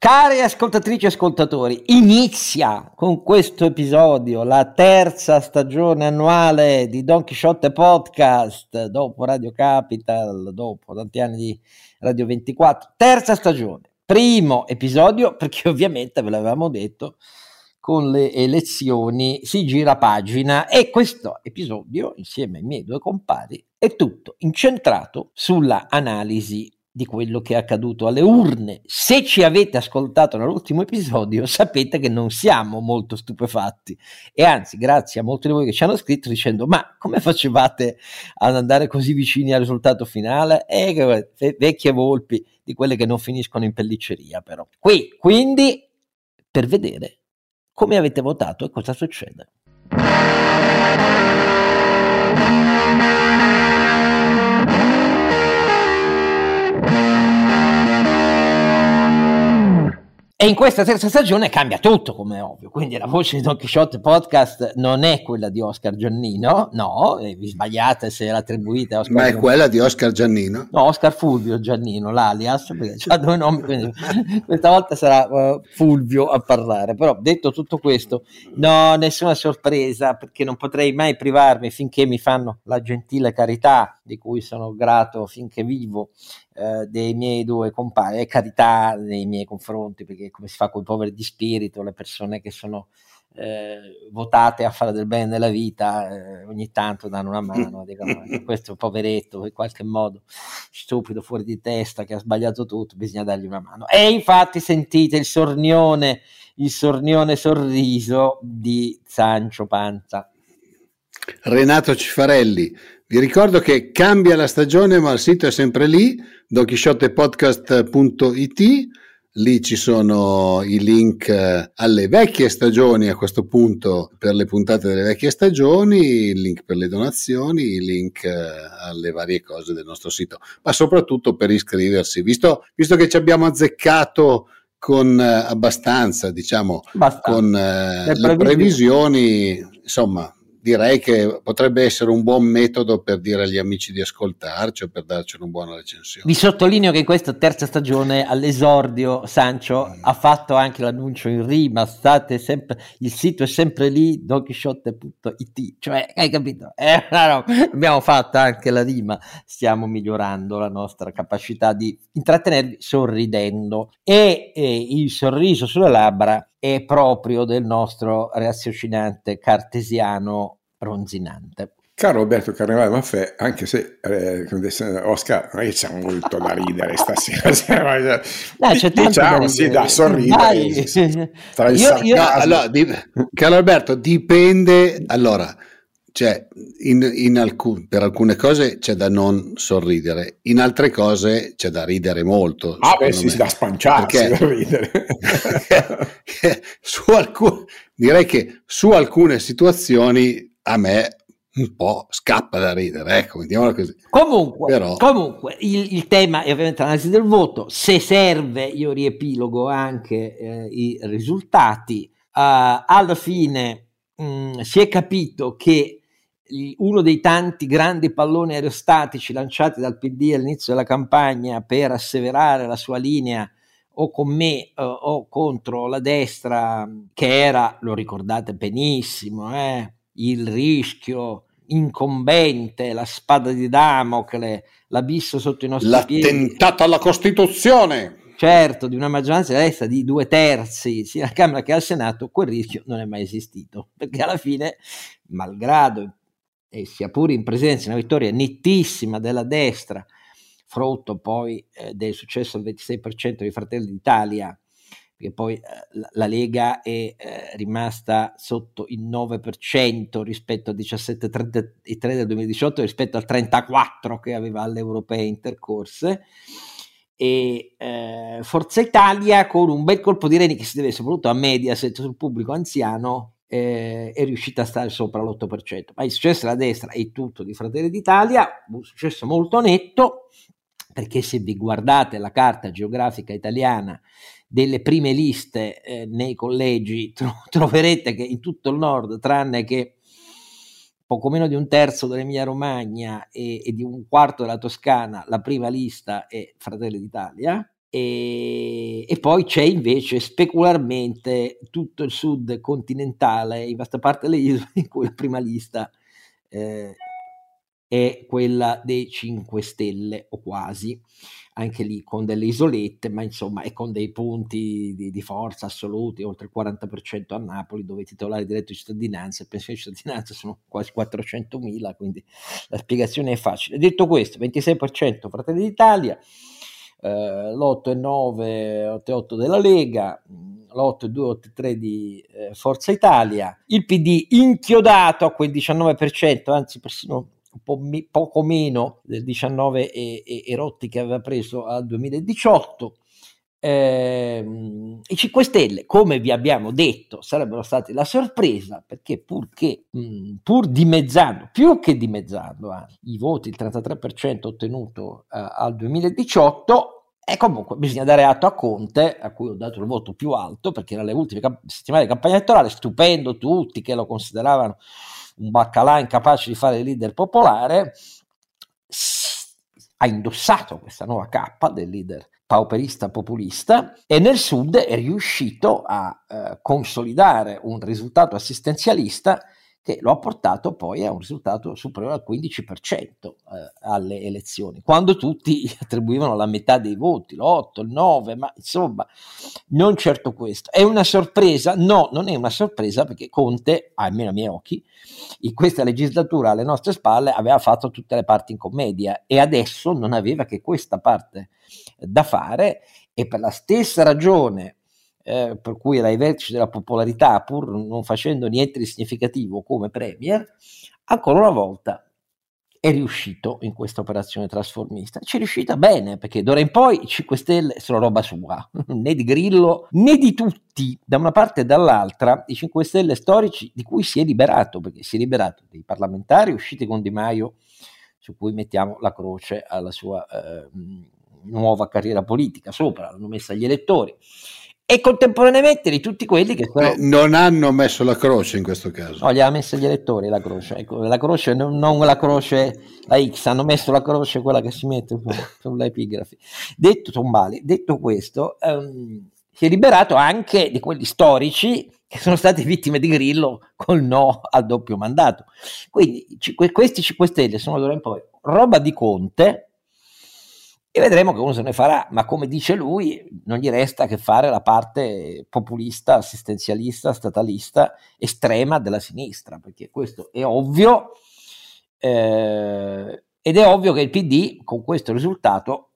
Cari ascoltatrici e ascoltatori, inizia con questo episodio la terza stagione annuale di Don Chisciotte Podcast, dopo Radio Capital, dopo tanti anni di Radio 24, terza stagione, primo episodio perché ovviamente ve l'avevamo detto, con le elezioni si gira pagina e questo episodio, insieme ai miei due compari, è tutto incentrato sulla analisi di quello che è accaduto alle urne. Se ci avete ascoltato nell'ultimo episodio sapete che non siamo molto stupefatti e anzi grazie a molti di voi che ci hanno scritto dicendo ma come facevate ad andare così vicini al risultato finale? Vecchie volpi di quelle che non finiscono in pellicceria però. Quindi per vedere come avete votato e cosa succede. E in questa terza stagione cambia tutto, come è ovvio, quindi la voce di Don Chisciotte Podcast non è quella di Oscar Giannino, no, vi sbagliate se l'attribuite a Oscar Giannino. Ma è quella di Oscar Giannino? No, Oscar Fulvio Giannino, l'alias, perché ha due nomi, quindi questa volta sarà Fulvio a parlare, però detto tutto questo, no, nessuna sorpresa, perché non potrei mai privarmi finché mi fanno la gentile carità, di cui sono grato finché vivo, dei miei due compagni, e carità nei miei confronti, perché come si fa con i poveri di spirito, le persone che sono votate a fare del bene nella vita, ogni tanto danno una mano, dicono questo poveretto in qualche modo stupido, fuori di testa, che ha sbagliato tutto, bisogna dargli una mano. E infatti sentite il sornione sorriso di Sancio Panza. Renato Cifarelli, vi ricordo che cambia la stagione ma il sito è sempre lì, donchisciottepodcast.it, lì ci sono i link alle vecchie stagioni a questo punto per le puntate delle vecchie stagioni, il link per le donazioni, il link alle varie cose del nostro sito, ma soprattutto per iscriversi, visto che ci abbiamo azzeccato con abbastanza, con le previsioni, insomma direi che potrebbe essere un buon metodo per dire agli amici di ascoltarci o per darci una buona recensione. Vi sottolineo che in questa terza stagione all'esordio Sancio ha fatto anche l'annuncio in rima, il sito è sempre lì, donchisciotte.it, cioè hai capito? Abbiamo fatto anche la rima, stiamo migliorando la nostra capacità di intrattenervi sorridendo e il sorriso sulle labbra è proprio del nostro raziocinante cartesiano ronzinante. Caro Roberto Carnevale Maffè, anche se Oscar non è che c'è molto da ridere stasera, diciamo sì, da sorridere tra il allora, caro Alberto, dipende, allora cioè per alcune cose c'è da non sorridere, in altre cose c'è da ridere molto. Sì, da spanciarsi per ridere. Direi che su alcune situazioni a me un po' scappa da ridere, ecco, mettiamola così. Comunque il tema è ovviamente l'analisi del voto, se serve io riepilogo anche i risultati. Alla fine si è capito che uno dei tanti grandi palloni aerostatici lanciati dal PD all'inizio della campagna per asseverare la sua linea o con me o contro la destra, che era, lo ricordate benissimo, il rischio incombente, la spada di Damocle, l'abisso sotto i nostri piedi, l'attentato alla Costituzione, certo, di una maggioranza di destra di 2/3 sia alla Camera che al Senato, quel rischio non è mai esistito, perché alla fine, malgrado e sia pure in presenza di una vittoria nettissima della destra, frutto poi del successo del 26% di Fratelli d'Italia, perché poi la Lega è rimasta sotto il 9% rispetto al 17,33 del 2018, rispetto al 34% che aveva alle europee intercorse, e Forza Italia con un bel colpo di reni che si deve soprattutto a Mediaset sul pubblico anziano è riuscita a stare sopra l'8%, ma il successo della destra è tutto di Fratelli d'Italia, un successo molto netto, perché se vi guardate la carta geografica italiana delle prime liste nei collegi troverete che in tutto il nord, tranne che poco meno di un terzo dell'Emilia Romagna e di un quarto della Toscana, la prima lista è Fratelli d'Italia, e poi c'è invece specularmente tutto il sud continentale, in vasta parte delle isole, in cui la prima lista è quella dei 5 Stelle o quasi, anche lì con delle isolette, ma insomma è con dei punti di forza assoluti, oltre il 40% a Napoli, dove i titolari diretto di cittadinanza e pensioni di cittadinanza sono quasi 400.000, quindi la spiegazione è facile. Detto questo, 26% Fratelli d'Italia, l'8,9, 8,8 della Lega, l'8,2, 8,3 di Forza Italia, il PD inchiodato a quel 19%, anzi persino un po' poco meno del 19 e rotti che aveva preso al 2018. I 5 Stelle, come vi abbiamo detto, sarebbero stati la sorpresa, perché pur dimezzando, più che dimezzando i voti, il 33% ottenuto al 2018, e comunque bisogna dare atto a Conte, a cui ho dato il voto più alto, perché nelle ultime settimane di campagna elettorale, stupendo tutti che lo consideravano un baccalà incapace di fare il leader popolare, ha indossato questa nuova cappa del leader pauperista populista e nel sud è riuscito a consolidare un risultato assistenzialista che lo ha portato poi a un risultato superiore al 15% alle elezioni, quando tutti attribuivano la metà dei voti, l'8, il 9, ma insomma non certo questo. È una sorpresa? No, non è una sorpresa, perché Conte, almeno ai miei occhi, in questa legislatura alle nostre spalle aveva fatto tutte le parti in commedia e adesso non aveva che questa parte da fare, e per la stessa ragione per cui era ai vertici della popolarità, pur non facendo niente di significativo come premier, ancora una volta è riuscito in questa operazione trasformista. Ci è riuscita bene, perché d'ora in poi i 5 Stelle sono roba sua, né di Grillo né di tutti, da una parte e dall'altra, i 5 Stelle storici di cui si è liberato, perché si è liberato dei parlamentari usciti con Di Maio, su cui mettiamo la croce alla sua nuova carriera politica, sopra l'hanno messa gli elettori, e contemporaneamente di tutti quelli che sono... non hanno messo la croce in questo caso. No, gli ha messo gli elettori la croce, ecco, la croce non la croce, la X, hanno messo la croce, quella che si mette sulle epigrafi. Detto questo, si è liberato anche di quelli storici che sono stati vittime di Grillo col no al doppio mandato. Quindi questi 5 Stelle sono d'ora in poi roba di Conte, e vedremo che uno se ne farà, ma come dice lui non gli resta che fare la parte populista, assistenzialista, statalista estrema della sinistra, perché questo è ovvio, ed è ovvio che il PD con questo risultato,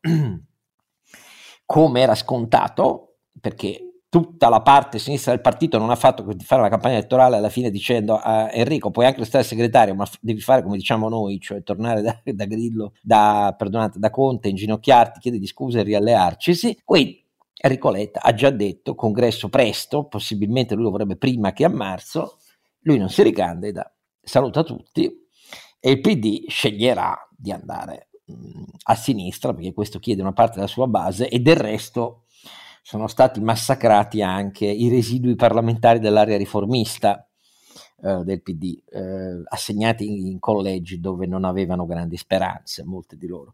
come era scontato, perché tutta la parte sinistra del partito non ha fatto che di fare una campagna elettorale alla fine dicendo a Enrico puoi anche restare segretario, ma devi fare come diciamo noi, cioè tornare da Grillo, da Conte, inginocchiarti, chiedergli scusa e riallearcisi. Quindi Enrico Letta ha già detto congresso presto, possibilmente lui lo vorrebbe prima che a marzo, lui non si ricandida, saluta tutti e il PD sceglierà di andare a sinistra, perché questo chiede una parte della sua base, e del resto sono stati massacrati anche i residui parlamentari dell'area riformista del PD, assegnati in collegi dove non avevano grandi speranze, molte di loro.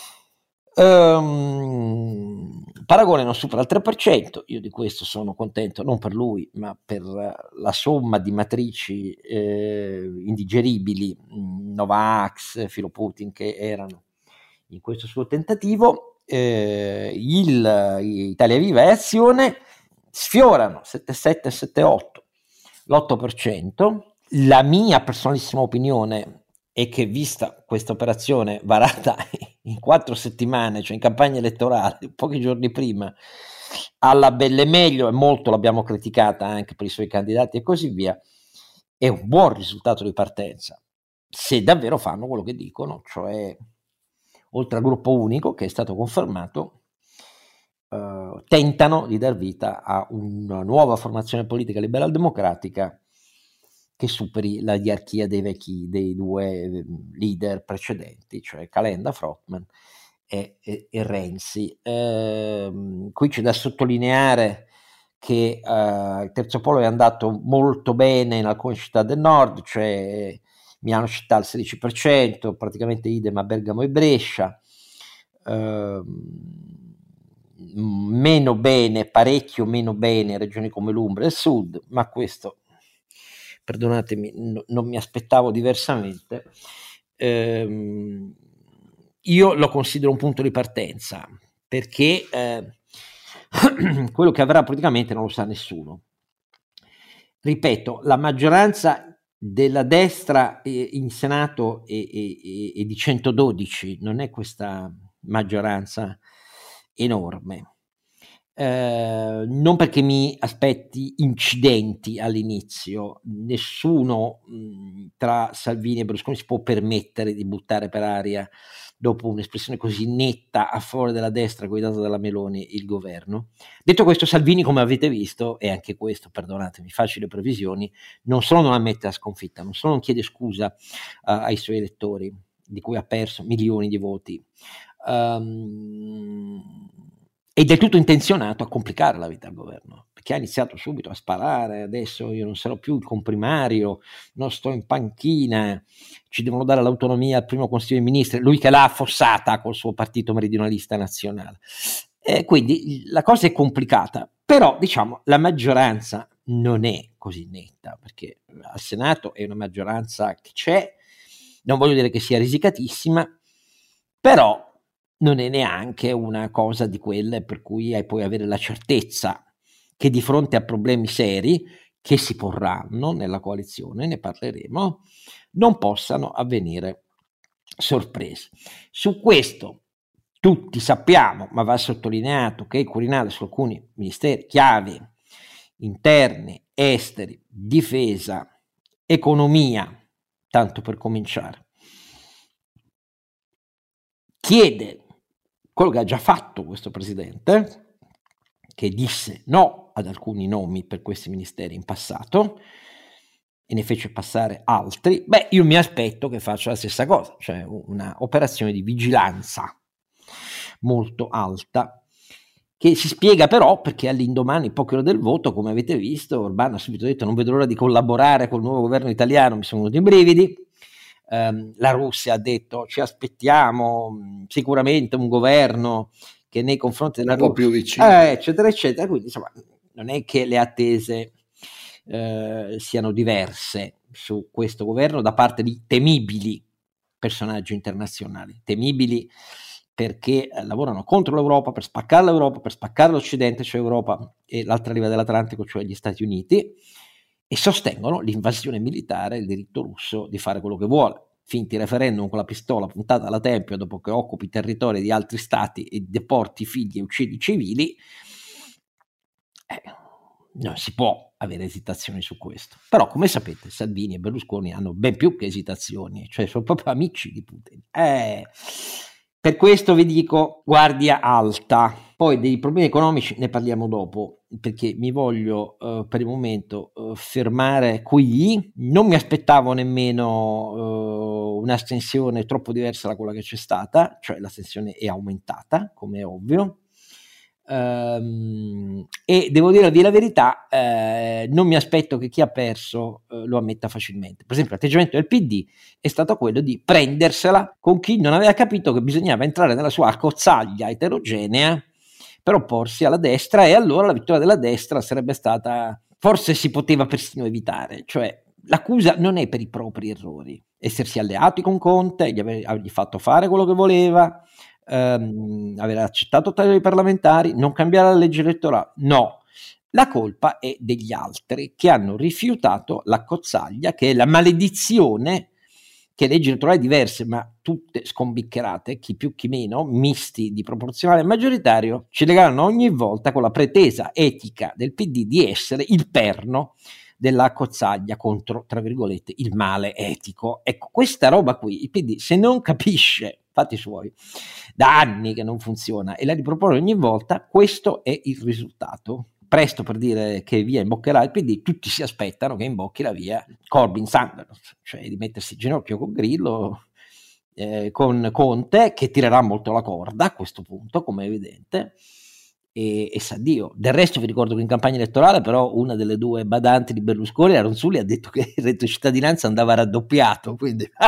Paragone non supera il 3%, io di questo sono contento, non per lui, ma per la somma di matrici indigeribili, Novax, filo Putin, che erano in questo suo tentativo. Italia Viva e Azione sfiorano 7,7 e 7,8, l'8%. La mia personalissima opinione è che, vista questa operazione varata in 4 settimane, cioè in campagna elettorale, pochi giorni prima, alla belle meglio, e molto l'abbiamo criticata anche per i suoi candidati e così via, è un buon risultato di partenza, se davvero fanno quello che dicono, cioè oltre al gruppo unico che è stato confermato, tentano di dar vita a una nuova formazione politica liberal democratica che superi la gerarchia dei due leader precedenti, cioè Calenda, Frotman e Renzi. Qui c'è da sottolineare che il terzo polo è andato molto bene in alcune città del nord, cioè Milano città al 16%, praticamente idem a Bergamo e Brescia. meno bene, parecchio meno bene regioni come l'Umbria e il Sud, ma questo, perdonatemi, non mi aspettavo diversamente. Io lo considero un punto di partenza, perché quello che avrà praticamente non lo sa nessuno. Ripeto, la maggioranza della destra in Senato è di 112, non è questa maggioranza enorme. Non perché mi aspetti incidenti all'inizio, nessuno tra Salvini e Berlusconi si può permettere di buttare per aria, dopo un'espressione così netta a favore della destra guidata dalla Meloni, il governo. Detto questo, Salvini, come avete visto, e anche questo, perdonatemi, facili previsioni, non solo non ammette la sconfitta, non solo non chiede scusa ai suoi elettori, di cui ha perso milioni di voti, è del tutto intenzionato a complicare la vita al governo, perché ha iniziato subito a sparare: adesso io non sarò più il comprimario, non sto in panchina, ci devono dare l'autonomia al primo consiglio dei ministri, lui che l'ha affossata col suo partito meridionalista nazionale. Quindi la cosa è complicata, però diciamo la maggioranza non è così netta, perché al Senato è una maggioranza che c'è, non voglio dire che sia risicatissima, però non è neanche una cosa di quelle per cui puoi avere la certezza che di fronte a problemi seri che si porranno nella coalizione, ne parleremo, non possano avvenire sorprese. Su questo tutti sappiamo, ma va sottolineato che il Quirinale su alcuni ministeri chiave, interni, esteri, difesa, economia, tanto per cominciare, chiede quello che ha già fatto questo presidente, che disse no ad alcuni nomi per questi ministeri in passato e ne fece passare altri. Io mi aspetto che faccia la stessa cosa, cioè una operazione di vigilanza molto alta, che si spiega però perché all'indomani, poche ore del voto, come avete visto, Orban ha subito detto: non vedo l'ora di collaborare col nuovo governo italiano, mi sono venuti i brividi. La Russia ha detto: ci aspettiamo sicuramente un governo che nei confronti della Russia, più vicino, eccetera eccetera. Quindi insomma non è che le attese siano diverse su questo governo da parte di temibili personaggi internazionali, temibili perché lavorano contro l'Europa, per spaccare l'Europa, per spaccare l'Occidente, cioè Europa e l'altra riva dell'Atlantico, cioè gli Stati Uniti, e sostengono l'invasione militare e il diritto russo di fare quello che vuole. Finti referendum con la pistola puntata alla tempia dopo che occupi territori di altri stati e deporti figli e uccidi civili, non si può avere esitazioni su questo. Però, come sapete, Salvini e Berlusconi hanno ben più che esitazioni, cioè sono proprio amici di Putin. Per questo vi dico guardia alta. Poi dei problemi economici ne parliamo dopo, perché mi voglio per il momento fermare qui. Non mi aspettavo nemmeno un'astensione troppo diversa da quella che c'è stata, cioè l'astensione è aumentata, come è ovvio. E devo dirvi la verità, non mi aspetto che chi ha perso lo ammetta facilmente. Per esempio, l'atteggiamento del PD è stato quello di prendersela con chi non aveva capito che bisognava entrare nella sua accozzaglia eterogenea per opporsi alla destra, e allora la vittoria della destra sarebbe stata, forse si poteva persino evitare. Cioè l'accusa non è per i propri errori, essersi alleati con Conte, avergli fatto fare quello che voleva, aver accettato tagli parlamentari, non cambiare la legge elettorale, no, la colpa è degli altri che hanno rifiutato l'accozzaglia, che è la maledizione che leggi elettorali diverse, ma tutte scombiccherate, chi più chi meno, misti di proporzionale e maggioritario, ci legano ogni volta con la pretesa etica del PD di essere il perno della accozzaglia contro, tra virgolette, il male etico. Ecco, questa roba qui, il PD, se non capisce, fatti suoi, da anni che non funziona, e la ripropone ogni volta, questo è il risultato. Presto per dire che via imboccherà il PD, tutti si aspettano che imbocchi la via Corbyn Sanders, cioè di mettersi in ginocchio con Grillo, con Conte, che tirerà molto la corda a questo punto, come è evidente, e sa Dio. Del resto vi ricordo che in campagna elettorale però una delle due badanti di Berlusconi, la Ronzulli, ha detto che il reddito di cittadinanza andava raddoppiato, quindi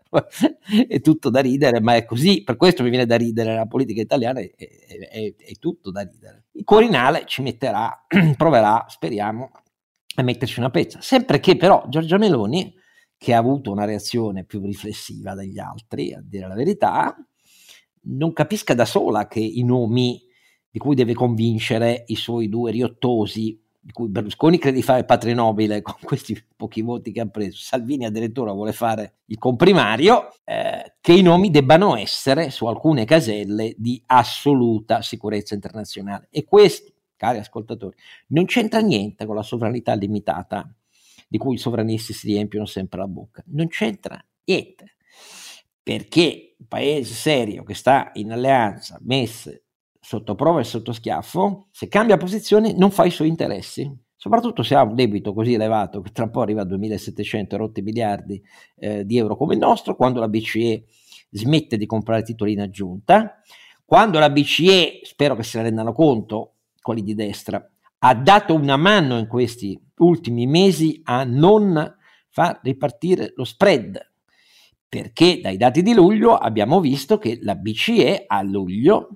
è tutto da ridere, ma è così, per questo mi viene da ridere, la politica italiana è tutto da ridere. Il Quirinale ci metterà, proverà, speriamo, a metterci una pezza, sempre che però Giorgia Meloni, che ha avuto una reazione più riflessiva degli altri, a dire la verità, non capisca da sola che i nomi di cui deve convincere i suoi due riottosi, di cui Berlusconi crede di fare patria nobile con questi pochi voti che ha preso, Salvini addirittura vuole fare il comprimario, che i nomi debbano essere su alcune caselle di assoluta sicurezza internazionale. E questo, cari ascoltatori, non c'entra niente con la sovranità limitata di cui i sovranisti si riempiono sempre la bocca, non c'entra niente, perché un paese serio che sta in alleanza, messe sotto prova e sotto schiaffo, se cambia posizione non fa i suoi interessi, soprattutto se ha un debito così elevato che tra un po' arriva a 2.700 rotti miliardi di euro come il nostro, quando la BCE smette di comprare titoli in aggiunta, quando la BCE, spero che se ne rendano conto quelli di destra, ha dato una mano in questi ultimi mesi a non far ripartire lo spread, perché dai dati di luglio abbiamo visto che la BCE a luglio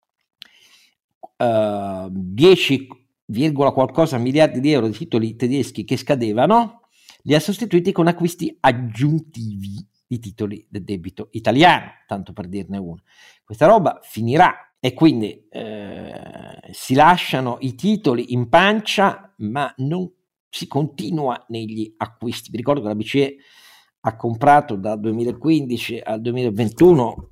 10, qualcosa miliardi di euro di titoli tedeschi che scadevano li ha sostituiti con acquisti aggiuntivi di titoli del debito italiano, tanto per dirne uno. Questa roba finirà e quindi si lasciano i titoli in pancia, ma non si continua negli acquisti. Vi ricordo che la BCE ha comprato da 2015 al 2021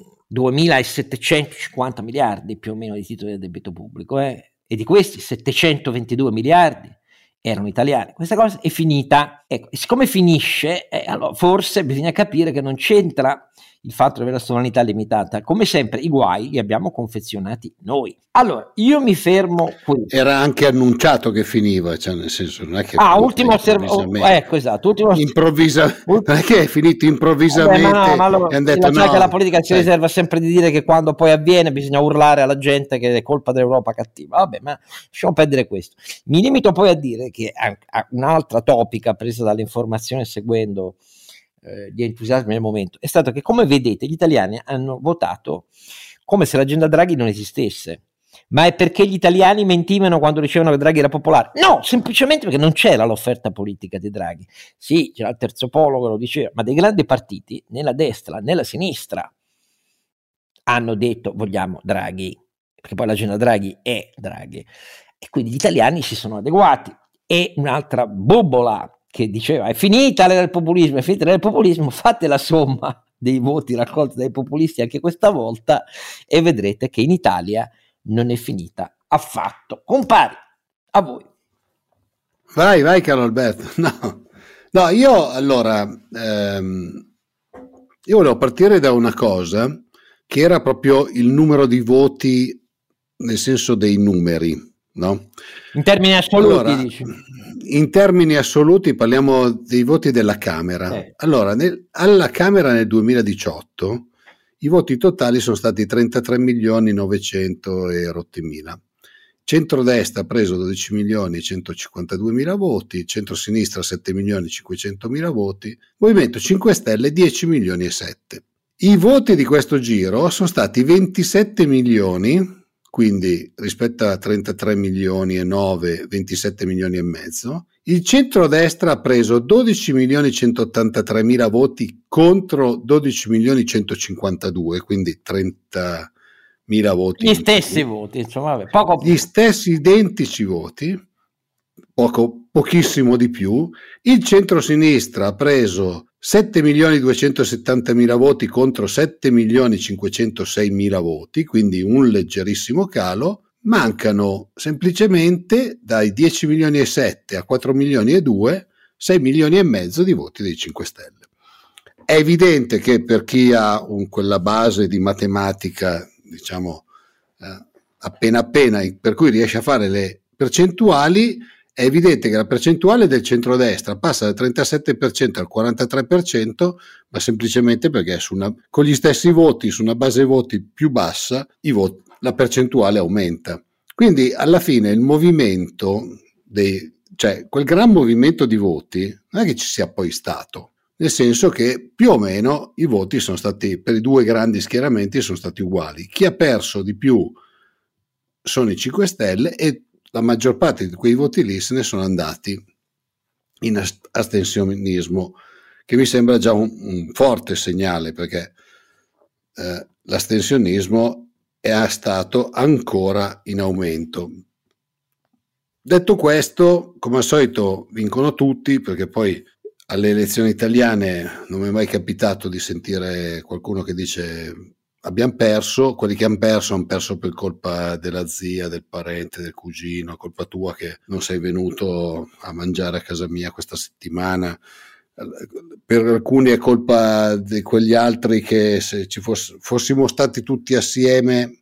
2.750 miliardi più o meno di titoli del debito pubblico, e di questi 722 miliardi erano italiani. Questa cosa è finita. Ecco, siccome finisce, allora forse bisogna capire che non c'entra il fatto di avere la sovranità limitata. Come sempre i guai li abbiamo confezionati noi. Allora, io mi fermo qui. Era anche annunciato che finiva, cioè nel senso non è che ultimo ecco, esatto, non è che è finito improvvisamente ma allora, e hanno detto no, che la politica si riserva sempre di dire che quando poi avviene bisogna urlare alla gente che è colpa dell'Europa cattiva. Vabbè, ma lasciamo perdere questo. Mi limito poi a dire che un'altra topica presa dall'informazione seguendo gli entusiasmi del momento è stato che, come vedete, gli italiani hanno votato come se l'agenda Draghi non esistesse. Ma è perché gli italiani mentivano quando dicevano che Draghi era popolare? No, semplicemente perché non c'era l'offerta politica di Draghi. Sì, c'era il terzo polo che lo diceva, ma dei grandi partiti, né la destra né la sinistra, hanno detto vogliamo Draghi, perché poi l'agenda Draghi è Draghi. E quindi gli italiani si sono adeguati. E un'altra bobola che diceva è finita l'era del populismo, fate la somma dei voti raccolti dai populisti anche questa volta e vedrete che in Italia non è finita affatto. Compari, a voi. Vai Carlo Alberto. No, io allora io volevo partire da una cosa che era proprio il numero di voti, nel senso dei numeri, no? In termini assoluti, allora, dici? In termini assoluti parliamo dei voti della Camera. Allora, alla Camera nel 2018 i voti totali sono stati 33.900.000 e rotti mila. Centrodestra ha preso 12.152.000 voti, centrosinistra 7.500.000 voti, Movimento 5 Stelle 10.700.000. I voti di questo giro sono stati 27 milioni, quindi rispetto a 33 milioni e 9, 27 milioni e mezzo. Il centrodestra ha preso 12.183.000 voti contro 12.152.000, quindi 30.000 voti. Gli stessi voti, insomma, gli stessi identici voti, pochissimo di più. Il centrosinistra ha preso 7.270.000 voti contro 7.506.000 voti, quindi un leggerissimo calo. Mancano semplicemente dai 10 milioni e 7 a 4 milioni e 2, 6 milioni e mezzo di voti dei 5 Stelle. È evidente che per chi ha quella base di matematica, diciamo, appena, per cui riesce a fare le percentuali, è evidente che la percentuale del centrodestra passa dal 37% al 43%, ma semplicemente perché con gli stessi voti, su una base voti più bassa, la percentuale aumenta. Quindi alla fine il movimento, cioè quel gran movimento di voti, non è che ci sia poi stato. nel senso che più o meno i voti sono stati, per i due grandi schieramenti, sono stati uguali. Chi ha perso di più sono i 5 Stelle e la maggior parte di quei voti lì se ne sono andati in astensionismo, che mi sembra già un forte segnale, perché l'astensionismo è stato ancora in aumento. Detto questo, come al solito vincono tutti, perché poi alle elezioni italiane non mi è mai capitato di sentire qualcuno che dice abbiamo perso. Quelli che hanno perso per colpa della zia, del parente, del cugino, colpa tua che non sei venuto a mangiare a casa mia questa settimana. Per alcuni è colpa di quegli altri che se ci fossimo stati tutti assieme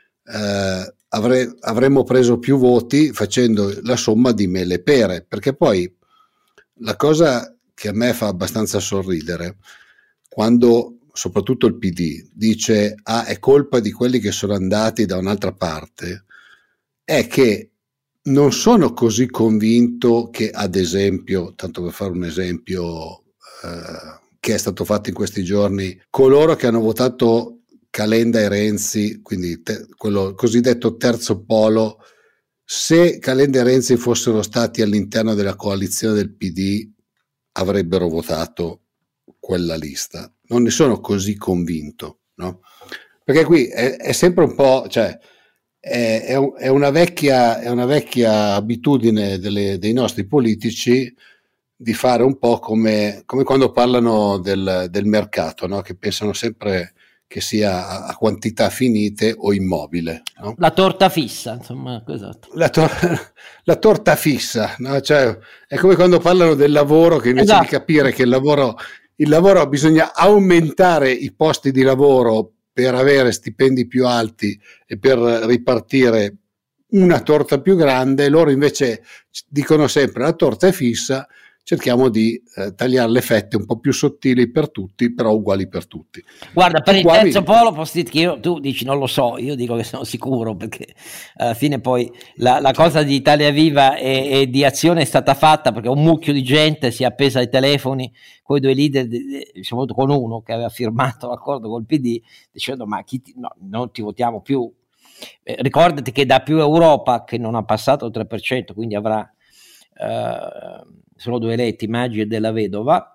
avremmo preso più voti facendo la somma di mele e pere, perché poi la cosa che a me fa abbastanza sorridere, quando soprattutto il PD dice è colpa di quelli che sono andati da un'altra parte, è che non sono così convinto che, ad esempio, tanto per fare un esempio che è stato fatto in questi giorni, coloro che hanno votato Calenda e Renzi, quindi quello cosiddetto terzo polo, se Calenda e Renzi fossero stati all'interno della coalizione del PD avrebbero votato quella lista. Non ne sono così convinto, no? Perché qui è sempre un po', cioè è una vecchia abitudine dei nostri politici di fare un po' come quando parlano del mercato, no? Che pensano sempre che sia a quantità finite o immobile, no? La torta fissa, insomma, esatto. La torta fissa, no? Cioè, è come quando parlano del lavoro, che invece di capire che il lavoro bisogna aumentare i posti di lavoro per avere stipendi più alti e per ripartire una torta più grande, loro invece dicono sempre la torta è fissa, cerchiamo di tagliare le fette un po' più sottili per tutti, però uguali per tutti. Guarda, per il terzo polo posso dire che tu dici non lo so, io dico che sono sicuro, perché alla fine poi la cosa di Italia Viva e di Azione è stata fatta perché un mucchio di gente si è appesa ai telefoni con i due leader, soprattutto con uno che aveva firmato l'accordo col PD, dicendo ma non ti votiamo più. Ricordati che da Più Europa, che non ha passato il 3%, quindi avrà solo 2 eletti, Maggi e Della Vedova,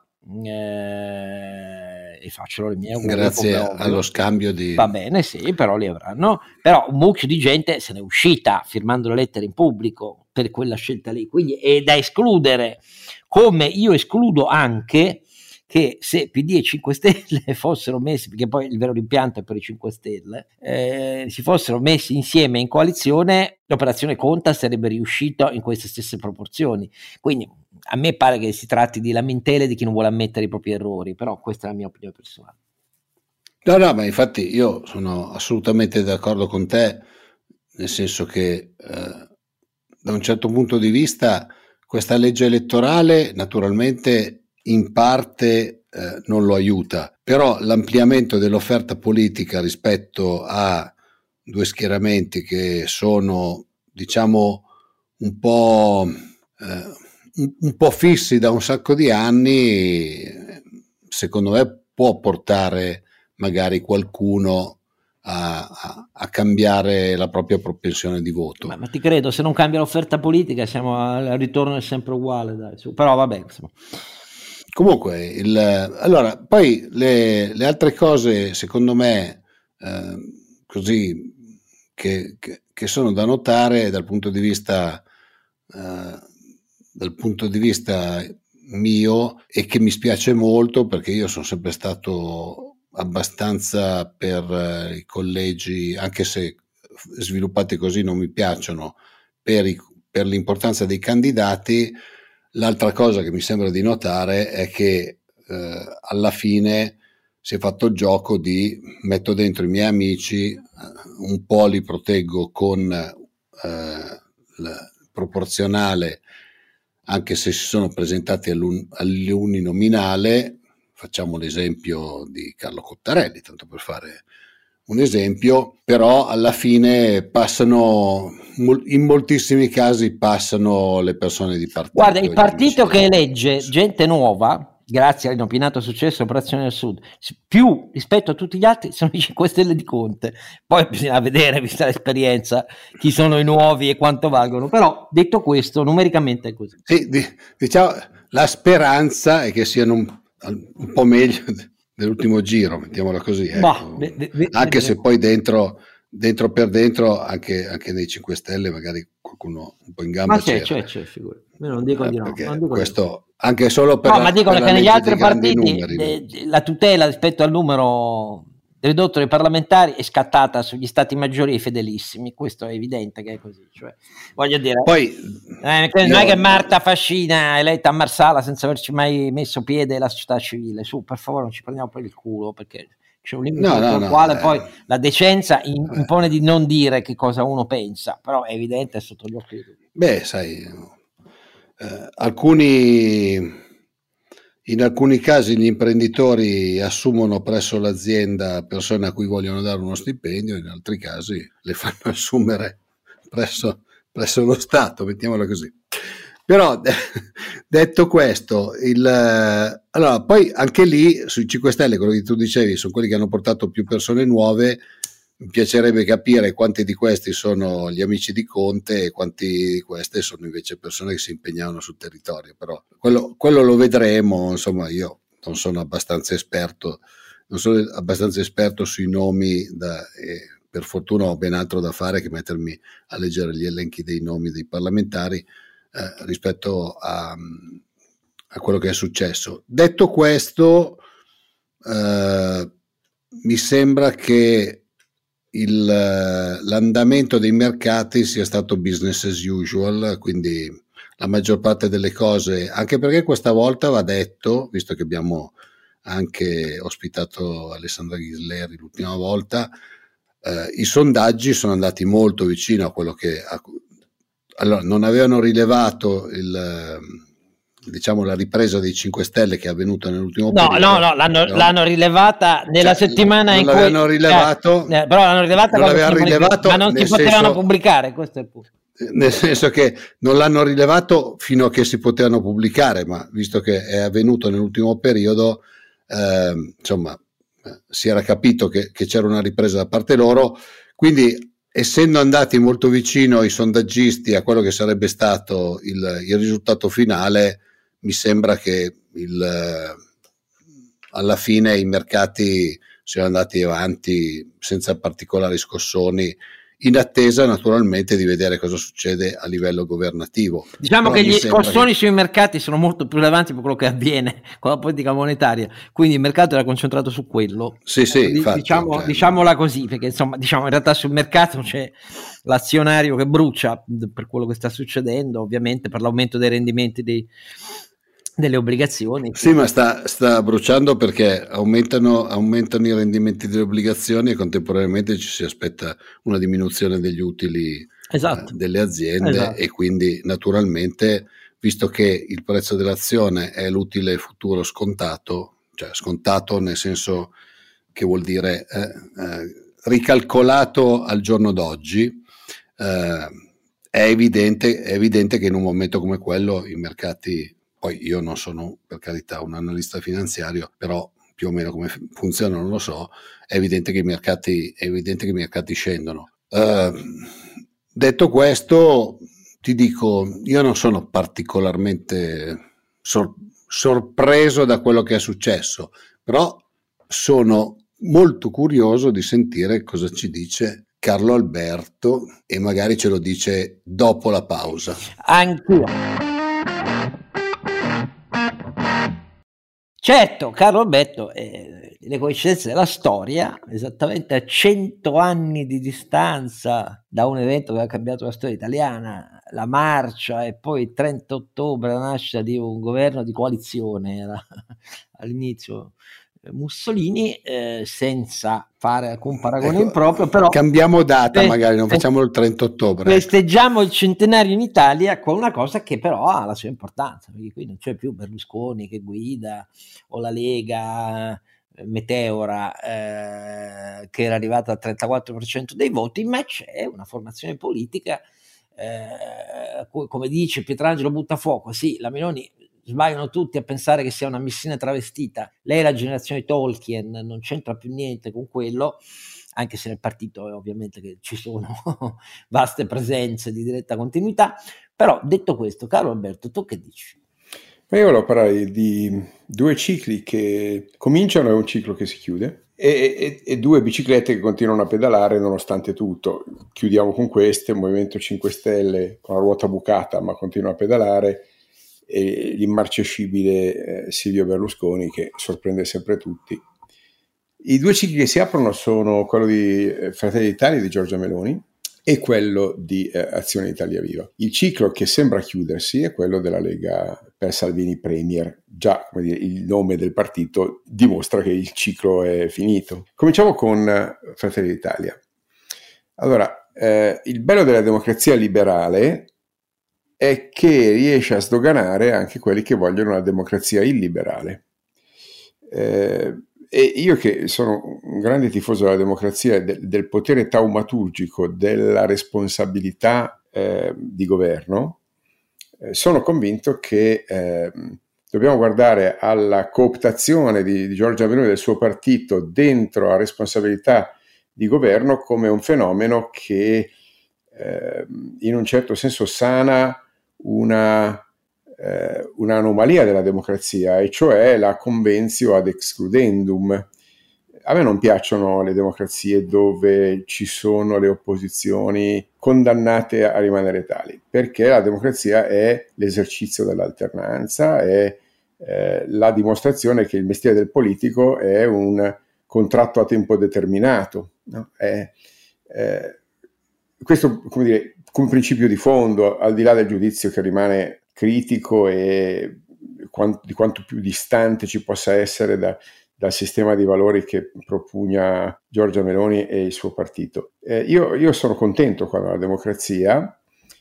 e faccio le mie grazie allo scambio di... Va bene, sì, però li avranno. Però un mucchio di gente se n'è uscita firmando le lettere in pubblico per quella scelta lì, quindi è da escludere, come io escludo anche che se PD e 5 Stelle fossero messi, perché poi il vero rimpianto è per i 5 Stelle, si fossero messi insieme in coalizione, l'operazione Conta sarebbe riuscita in queste stesse proporzioni. Quindi a me pare che si tratti di lamentele di chi non vuole ammettere i propri errori, però questa è la mia opinione personale. No, ma infatti io sono assolutamente d'accordo con te, nel senso che da un certo punto di vista questa legge elettorale naturalmente in parte non lo aiuta, però l'ampliamento dell'offerta politica rispetto a due schieramenti che sono, diciamo, un po' fissi da un sacco di anni, secondo me può portare magari qualcuno a cambiare la propria propensione di voto. Ma ti credo, se non cambia l'offerta politica siamo al ritorno è sempre uguale, dai, però vabbè, insomma. Comunque, allora, poi le altre cose, secondo me, così, che sono da notare dal punto di vista mio, e che mi spiace molto, perché io sono sempre stato abbastanza per i collegi, anche se sviluppati così non mi piacciono, per l'importanza dei candidati. L'altra cosa che mi sembra di notare è che alla fine si è fatto il gioco di metto dentro i miei amici, un po' li proteggo con proporzionale, anche se si sono presentati all'uninominale. Facciamo l'esempio di Carlo Cottarelli, tanto per fare un esempio, però alla fine passano, in moltissimi casi passano le persone di partito. Guarda, il partito che elegge gente nuova grazie all'inopinato successo Operazione del Sud, più rispetto a tutti gli altri sono i 5 Stelle di Conte. Poi bisogna vedere, vista l'esperienza, chi sono i nuovi e quanto valgono, però detto questo numericamente è così. Sì, diciamo la speranza è che siano un po' meglio dell'ultimo giro, mettiamola così, ecco. Anche se poi dentro per dentro anche nei 5 Stelle magari qualcuno un po' in gamba c'era. C'è, figura. Io non dico di no. Non dico questo anche solo per ma dico che negli altri partiti numeri, la tutela rispetto al numero ridotto dei parlamentari è scattata sugli stati maggiori e i fedelissimi, questo è evidente che è così, cioè, voglio dire, poi non è che Marta Fascina eletta a Marsala senza averci mai messo piede la società civile, su, per favore, non ci prendiamo per il culo, perché c'è un limite al quale poi la decenza impone di non dire che cosa uno pensa, però è evidente, è sotto gli occhi di tutti. Beh, sai, in alcuni casi gli imprenditori assumono presso l'azienda persone a cui vogliono dare uno stipendio, in altri casi le fanno assumere presso lo Stato, mettiamola così. Però detto questo, allora poi anche lì sui 5 Stelle, quello che tu dicevi, sono quelli che hanno portato più persone nuove. Mi piacerebbe capire quanti di questi sono gli amici di Conte e quanti di queste sono invece persone che si impegnavano sul territorio, però quello lo vedremo. Insomma, io non sono abbastanza esperto sui nomi, per fortuna ho ben altro da fare che mettermi a leggere gli elenchi dei nomi dei parlamentari rispetto a quello che è successo. Detto questo, mi sembra che l'andamento dei mercati sia stato business as usual, quindi la maggior parte delle cose, anche perché questa volta va detto, visto che abbiamo anche ospitato Alessandra Ghisleri l'ultima volta, i sondaggi sono andati molto vicino a quello che allora non avevano rilevato la ripresa dei 5 Stelle che è avvenuta nell'ultimo periodo. No, l'hanno rilevata nella settimana in cui l'avevano rilevato, però l'hanno rilevata, ma non si potevano pubblicare, questo è il punto. Nel senso che non l'hanno rilevato fino a che si potevano pubblicare, ma visto che è avvenuto nell'ultimo periodo, insomma, si era capito che c'era una ripresa da parte loro, quindi essendo andati molto vicino i sondaggisti a quello che sarebbe stato il risultato finale, mi sembra che alla fine i mercati siano andati avanti senza particolari scossoni, in attesa naturalmente di vedere cosa succede a livello governativo. Diciamo che gli scossoni sui mercati sono molto più rilevanti per quello che avviene con la politica monetaria, quindi il mercato era concentrato su quello. Sì, infatti, diciamola così, perché insomma, in realtà sul mercato c'è l'azionario che brucia per quello che sta succedendo, ovviamente per l'aumento dei rendimenti delle obbligazioni. Sì, ma sta bruciando perché aumentano i rendimenti delle obbligazioni e contemporaneamente ci si aspetta una diminuzione degli utili delle aziende, e quindi naturalmente, visto che il prezzo dell'azione è l'utile futuro scontato, cioè scontato nel senso che vuol dire ricalcolato al giorno d'oggi, è evidente che in un momento come quello i mercati, poi io non sono per carità un analista finanziario, però più o meno come funziona non lo so, è evidente che i mercati scendono. Detto questo, ti dico, io non sono particolarmente sorpreso da quello che è successo, però sono molto curioso di sentire cosa ci dice Carlo Alberto, e magari ce lo dice dopo la pausa. Anch'io. Certo, Carlo Alberto, le coincidenze della storia, esattamente a 100 anni di distanza da un evento che ha cambiato la storia italiana, la marcia, e poi il 30 ottobre la nascita di un governo di coalizione, era all'inizio Mussolini, senza fare alcun paragone improprio, però cambiamo data, magari non facciamo il 30 ottobre. Festeggiamo il centenario in Italia con una cosa che però ha la sua importanza, perché qui non c'è più Berlusconi che guida o la Lega Meteora che era arrivata al 34% dei voti, ma c'è una formazione politica come dice Pietrangelo Buttafuoco, sì, la Meloni sbagliano tutti a pensare che sia una Messina travestita. Lei è la generazione Tolkien, non c'entra più niente con quello, anche se nel partito ovviamente che ci sono vaste presenze di diretta continuità. Però detto questo, caro Alberto, tu che dici? Ma io volevo parlare di due cicli che cominciano e un ciclo che si chiude, e due biciclette che continuano a pedalare nonostante tutto. Chiudiamo con queste: Movimento 5 Stelle con la ruota bucata ma continua a pedalare, e l'immarcescibile Silvio Berlusconi che sorprende sempre tutti. I due cicli che si aprono sono quello di Fratelli d'Italia di Giorgia Meloni e quello di Azione Italia Viva. Il ciclo che sembra chiudersi è quello della Lega per Salvini Premier. Già, come dire, il nome del partito dimostra che il ciclo è finito. Cominciamo con Fratelli d'Italia. Allora, il bello della democrazia liberale è che riesce a sdoganare anche quelli che vogliono una democrazia illiberale. E io, che sono un grande tifoso della democrazia e del potere taumaturgico della responsabilità di governo, sono convinto che dobbiamo guardare alla cooptazione di Giorgia Meloni e del suo partito dentro la responsabilità di governo come un fenomeno che in un certo senso sana un'anomalia della democrazia, e cioè la conventio ad excludendum. A me non piacciono le democrazie dove ci sono le opposizioni condannate a rimanere tali, perché la democrazia è l'esercizio dell'alternanza, è la dimostrazione che il mestiere del politico è un contratto a tempo determinato, no? Questo, come dire, come principio di fondo, al di là del giudizio che rimane critico e di quanto più distante ci possa essere dal sistema di valori che propugna Giorgia Meloni e il suo partito. Io sono contento quando la democrazia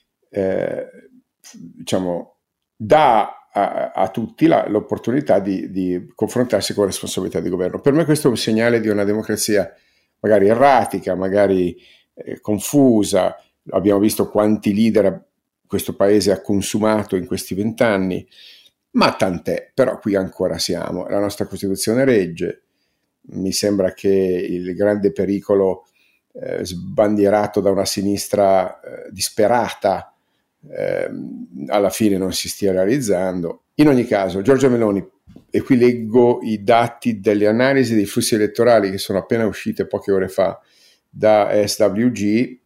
dà a tutti l'opportunità di confrontarsi con la responsabilità di governo. Per me questo è un segnale di una democrazia magari erratica, magari confusa. Abbiamo visto quanti leader questo paese ha consumato in questi 20 anni, ma tant'è, però qui ancora siamo, la nostra Costituzione regge. Mi sembra che il grande pericolo sbandierato da una sinistra disperata alla fine non si stia realizzando. In ogni caso, Giorgia Meloni, e qui leggo i dati delle analisi dei flussi elettorali che sono appena uscite poche ore fa da SWG,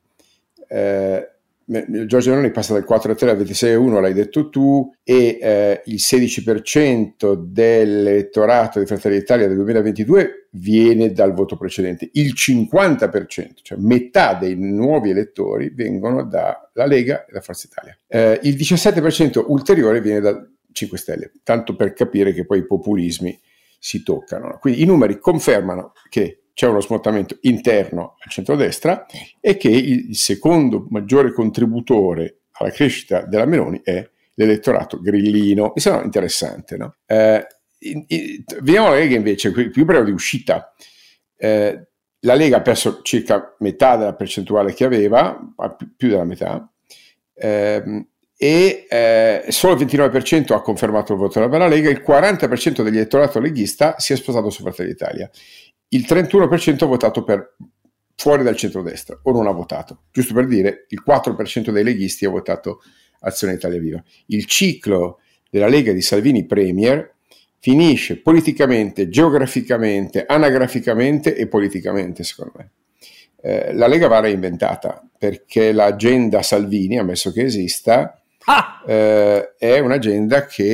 Giorgia Meloni passa dal 4,3 al 26,1, l'hai detto tu, e il 16% dell'elettorato di Fratelli d'Italia del 2022 viene dal voto precedente. Il 50%, cioè metà dei nuovi elettori, vengono dalla Lega e da Forza Italia. Il 17% ulteriore viene da 5 Stelle, tanto per capire che poi i populismi si toccano. Quindi i numeri confermano che c'è uno smottamento interno al centrodestra e che il secondo maggiore contributore alla crescita della Meloni è l'elettorato grillino. Mi sembra interessante, no? Vediamo la Lega invece, più breve di uscita. La Lega ha perso circa metà della percentuale che aveva, più della metà, e solo il 29% ha confermato il voto della Lega, il 40% dell'elettorato leghista si è sposato su Fratelli d'Italia. Il 31% ha votato fuori dal centrodestra, o non ha votato. Giusto per dire, il 4% dei leghisti ha votato Azione Italia Viva. Il ciclo della Lega di Salvini Premier finisce politicamente, geograficamente, anagraficamente e politicamente, secondo me. La Lega va reinventata, perché l'agenda Salvini, ammesso che esista, è un'agenda che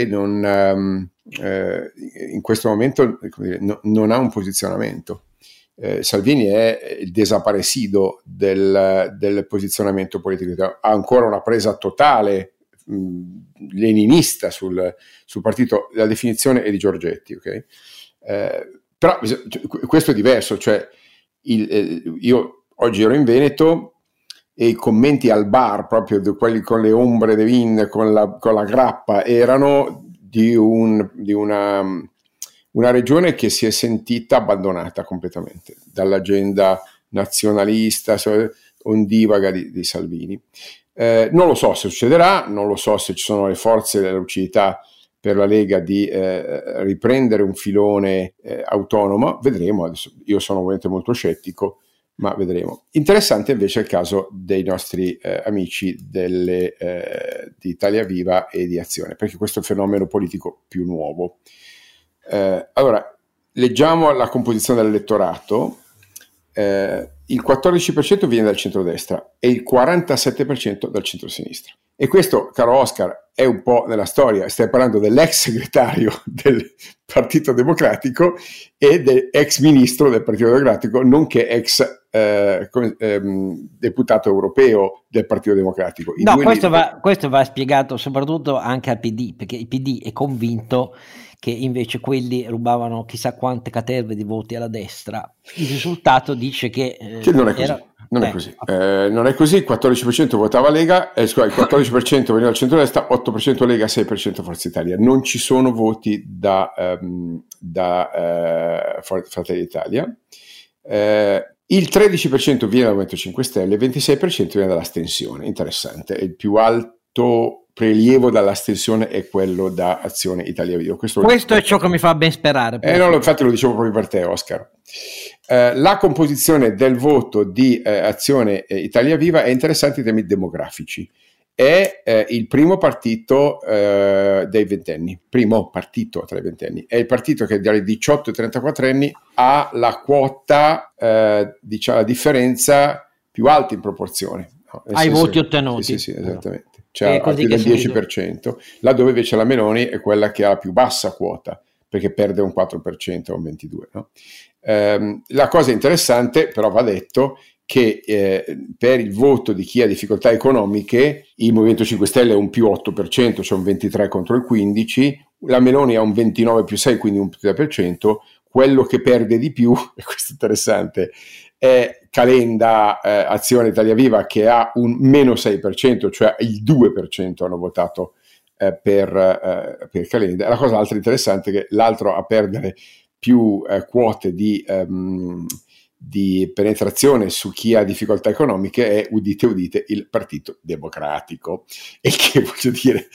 in questo momento non ha un posizionamento. Salvini è il desaparecido del posizionamento politico, ha ancora una presa totale leninista sul partito. La definizione è di Giorgetti, ok? Però questo è diverso, cioè io oggi ero in Veneto e i commenti al bar, proprio di quelli con le ombre de vin, con la grappa, erano di una regione che si è sentita abbandonata completamente dall'agenda nazionalista, ondivaga di Salvini. Non lo so se succederà, non lo so se ci sono le forze della lucidità per la Lega di riprendere un filone autonomo. Vedremo, adesso io sono ovviamente molto scettico, ma vedremo. Interessante invece il caso dei nostri amici di Italia Viva e di Azione, perché questo è un fenomeno politico più nuovo. Allora, leggiamo la composizione dell'elettorato. Il 14% viene dal centrodestra e il 47% dal centrosinistra. E questo, caro Oscar, è un po' nella storia. Stai parlando dell'ex segretario del Partito Democratico e dell'ex ministro del Partito Democratico, nonché ex deputato europeo del Partito Democratico. Questo va spiegato soprattutto anche al PD, perché il PD è convinto che invece quelli rubavano chissà quante caterve di voti alla destra. Il risultato dice che non è così. Non è così. Non è così. Il 14% votava Lega, il 14% veniva dal centrodestra, 8% Lega, 6% Forza Italia. Non ci sono voti da Fratelli d'Italia. Il 13% viene dal Movimento 5 Stelle, il 26% viene dall'astensione. Interessante. Il più alto prelievo dall'astensione è quello da Azione Italia Viva. Questo è ciò che mi fa ben sperare. No, infatti lo dicevo proprio per te, Oscar. La composizione del voto di Azione Italia Viva è interessante in termini demografici. È il primo partito dei ventenni, primo partito tra i ventenni. È il partito che dai 18 ai 34 anni ha la quota, diciamo, la differenza più alta in proporzione. No? Ai voti ottenuti. Sì, esattamente. Cioè più del 10%, laddove invece la Meloni è quella che ha la più bassa quota, perché perde un 4% o un 22%. No? La cosa interessante, però, va detto che per il voto di chi ha difficoltà economiche, il Movimento 5 Stelle è un più 8%, cioè un 23% contro il 15%, la Meloni ha un 29 più 6, quindi un 3%, quello che perde di più, e questo è interessante, è Calenda, Azione Italia Viva, che ha un meno 6%, cioè il 2% hanno votato per Calenda. La cosa altra interessante è che l'altro a perdere più quote di penetrazione su chi ha difficoltà economiche è, udite, il Partito Democratico, e che, voglio dire,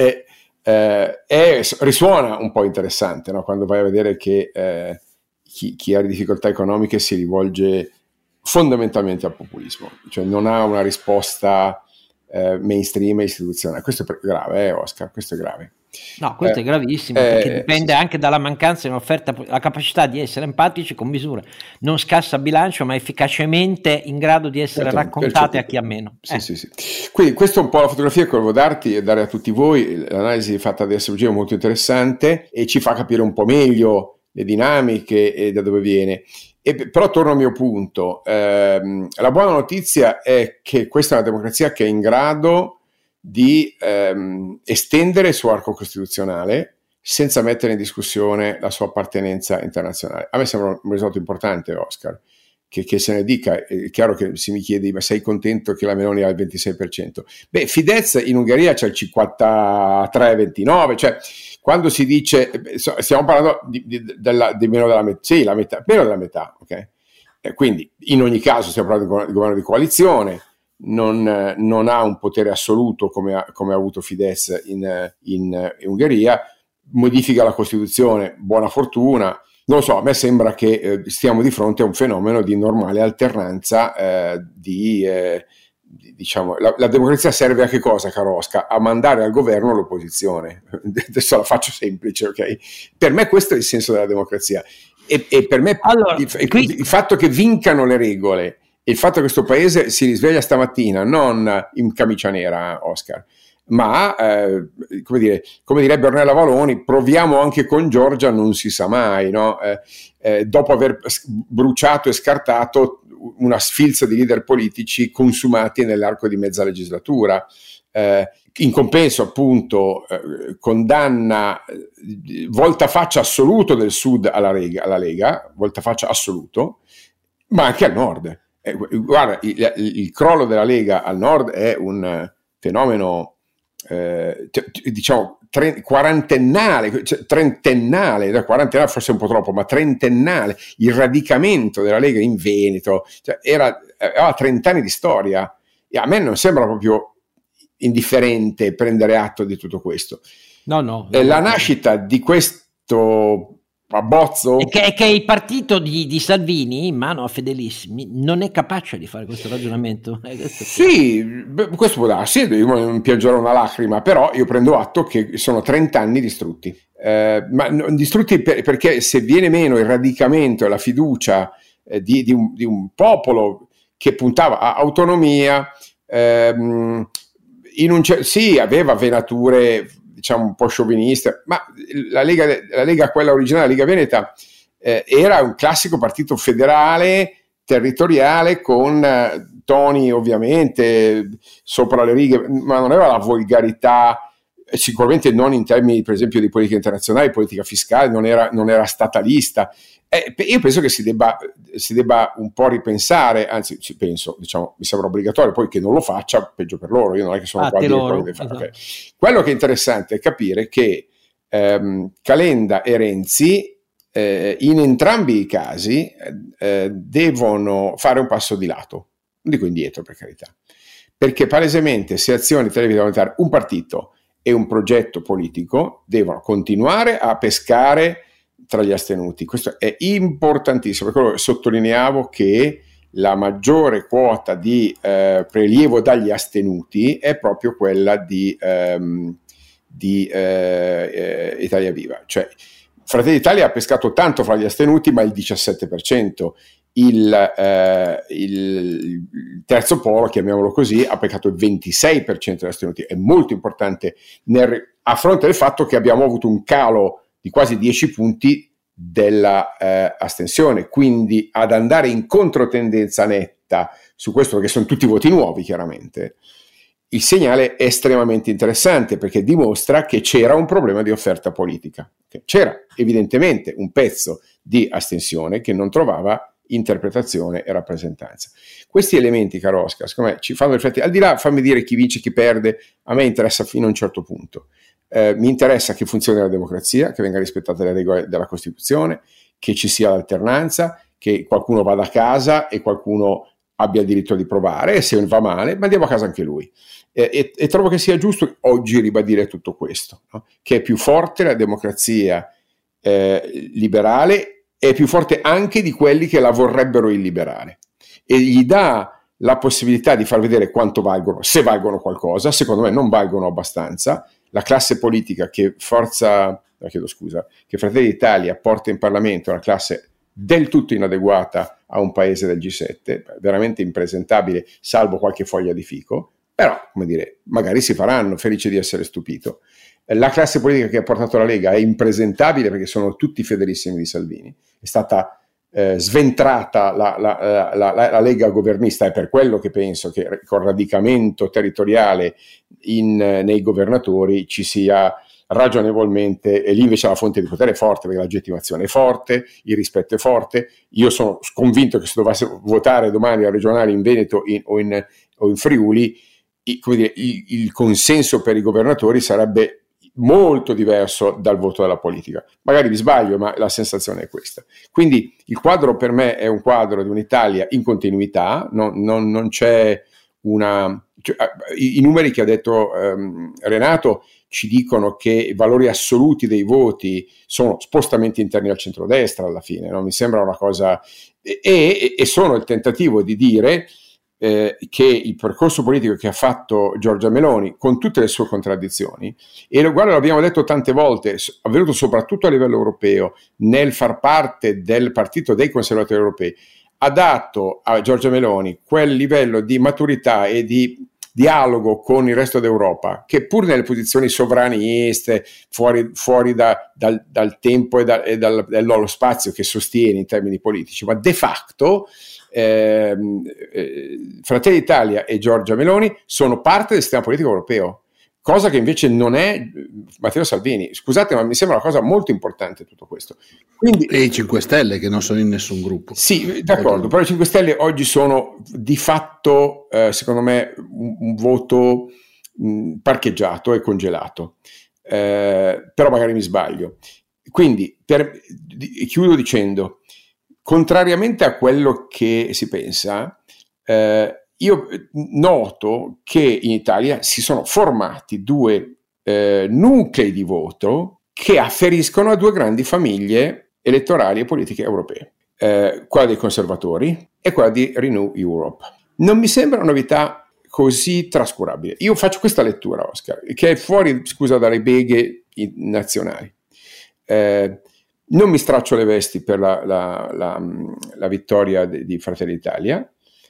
risuona un po' interessante, no? Quando vai a vedere che chi ha difficoltà economiche si rivolge fondamentalmente al populismo, cioè non ha una risposta mainstream e istituzionale. Questo è grave, Oscar, questo è grave. No, questo è gravissimo, perché dipende anche dalla mancanza di un'offerta, la capacità di essere empatici con misure non scassa a bilancio, ma efficacemente in grado di essere raccontate a chi ha meno. Sì. Quindi questa è un po' la fotografia che volevo darti e dare a tutti voi. L'analisi fatta da SVG è molto interessante e ci fa capire un po' meglio le dinamiche e da dove viene. Però torno al mio punto. La buona notizia è che questa è una democrazia che è in grado di estendere il suo arco costituzionale senza mettere in discussione la sua appartenenza internazionale. A me sembra un risultato importante, Oscar, che se ne dica. È chiaro che si mi chiede: ma sei contento che la Meloni ha il 26%? Beh, Fidesz in Ungheria c'è il 53-29%, cioè quando si dice, stiamo parlando di meno della metà, sì, meno della metà, ok? Quindi in ogni caso stiamo parlando di governo di coalizione. Non ha un potere assoluto come ha avuto Fidesz in Ungheria, modifica la Costituzione, buona fortuna. Non lo so, a me sembra che stiamo di fronte a un fenomeno di normale alternanza diciamo, la democrazia serve a che cosa, caro Oscar? A mandare al governo l'opposizione. Adesso la faccio semplice, ok? Per me questo è il senso della democrazia e per me il fatto che vincano le regole, il fatto che questo paese si risveglia stamattina non in camicia nera, Oscar, ma come direbbe Ornella Valoni, proviamo anche con Giorgia, non si sa mai, no? Dopo aver bruciato e scartato una sfilza di leader politici consumati nell'arco di mezza legislatura. In compenso, appunto, condanna voltafaccia assoluto del Sud alla Lega, voltafaccia assoluto, ma anche al Nord. Guarda, il crollo della Lega al Nord è un fenomeno diciamo quarantennale, cioè trentennale, quarantennale forse un po' troppo, ma trentennale. Il radicamento della Lega in Veneto, cioè aveva 30 anni di storia, e a me non sembra proprio indifferente prendere atto di tutto questo. No. La nascita di questo abbozzo è che il partito di Salvini in mano a Fedelissimi non è capace di fare questo ragionamento. Questo può darsi, io non piangerò una lacrima, però io prendo atto che sono 30 anni distrutti, ma distrutti perché se viene meno il radicamento e la fiducia di un popolo che puntava a autonomia, sì, aveva venature diciamo un po' scioviniste, ma la Lega quella originale, la Lega Veneta, era un classico partito federale, territoriale, con toni ovviamente sopra le righe, ma non aveva la volgarità, sicuramente non in termini per esempio di politica internazionale, politica fiscale, non era statalista. Io penso che si debba un po' ripensare, anzi diciamo, mi sembra obbligatorio, poi che non lo faccia, peggio per loro, io non è che sono qua a dire quello che deve fare. Okay. Quello che è interessante è capire che Calenda e Renzi in entrambi i casi devono fare un passo di lato, non dico indietro per carità, perché palesemente se Azione Italia devono diventare un partito e un progetto politico, devono continuare a pescare tra gli astenuti. Questo è importantissimo, per quello sottolineavo che la maggiore quota di prelievo dagli astenuti è proprio quella di Italia Viva. Cioè Fratelli d'Italia ha pescato tanto fra gli astenuti, ma il 17%. Il terzo polo, chiamiamolo così, ha pescato il 26% degli astenuti. È molto importante a fronte del fatto che abbiamo avuto un calo di quasi 10 punti della astensione, quindi ad andare in controtendenza netta su questo, perché sono tutti voti nuovi chiaramente, il segnale è estremamente interessante perché dimostra che c'era un problema di offerta politica, c'era evidentemente un pezzo di astensione che non trovava interpretazione e rappresentanza. Questi elementi, caro Oscar, secondo me ci fanno riflettere, al di là, fammi dire chi vince, chi perde, a me interessa fino a un certo punto. Mi interessa che funzioni la democrazia, che venga rispettata le regole della Costituzione, che ci sia l'alternanza, che qualcuno vada a casa e qualcuno abbia il diritto di provare, e se va male mandiamo a casa anche lui. E trovo che sia giusto oggi ribadire tutto questo, no? Che è più forte la democrazia liberale, è più forte anche di quelli che la vorrebbero illiberare, e gli dà la possibilità di far vedere quanto valgono, se valgono qualcosa. Secondo me non valgono abbastanza. La classe politica che Fratelli d'Italia porta in Parlamento è una classe del tutto inadeguata a un paese del G7, veramente impresentabile, salvo qualche foglia di fico, però, come dire, magari si faranno, felice di essere stupito. La classe politica che ha portato la Lega è impresentabile perché sono tutti fedelissimi di Salvini, è stata sventrata la Lega governista, è per quello che penso che con radicamento territoriale nei governatori ci sia ragionevolmente, e lì invece la fonte di potere è forte perché la legittimazione è forte, il rispetto è forte. Io sono convinto che se dovesse votare domani a regionali in Veneto o in Friuli, come dire, il consenso per i governatori sarebbe molto diverso dal voto della politica. Magari mi sbaglio, ma la sensazione è questa. Quindi il quadro per me è un quadro di un'Italia in continuità, non c'è i numeri che ha detto Renato ci dicono che i valori assoluti dei voti sono spostamenti interni al centrodestra alla fine, no? Mi sembra una cosa, e sono il tentativo di dire che il percorso politico che ha fatto Giorgia Meloni, con tutte le sue contraddizioni, e guarda, l'abbiamo detto tante volte, avvenuto soprattutto a livello europeo, nel far parte del partito dei conservatori europei, ha dato a Giorgia Meloni quel livello di maturità e di dialogo con il resto d'Europa, che pur nelle posizioni sovraniste, fuori dal tempo e dallo spazio che sostiene in termini politici, ma de facto Fratelli d'Italia e Giorgia Meloni sono parte del sistema politico europeo, cosa che invece non è Matteo Salvini. Scusate, ma mi sembra una cosa molto importante tutto questo. Quindi, e i 5 Stelle che non sono in nessun gruppo. Sì, d'accordo, però i 5 Stelle oggi sono di fatto, secondo me, un voto parcheggiato e congelato, però magari mi sbaglio. Quindi chiudo dicendo, contrariamente a quello che si pensa, io noto che in Italia si sono formati due nuclei di voto che afferiscono a due grandi famiglie elettorali e politiche europee, quella dei conservatori e quella di Renew Europe. Non mi sembra una novità così trascurabile. Io faccio questa lettura, Oscar, che è fuori, scusa, dalle beghe nazionali. Non mi straccio le vesti per la vittoria di Fratelli d'Italia.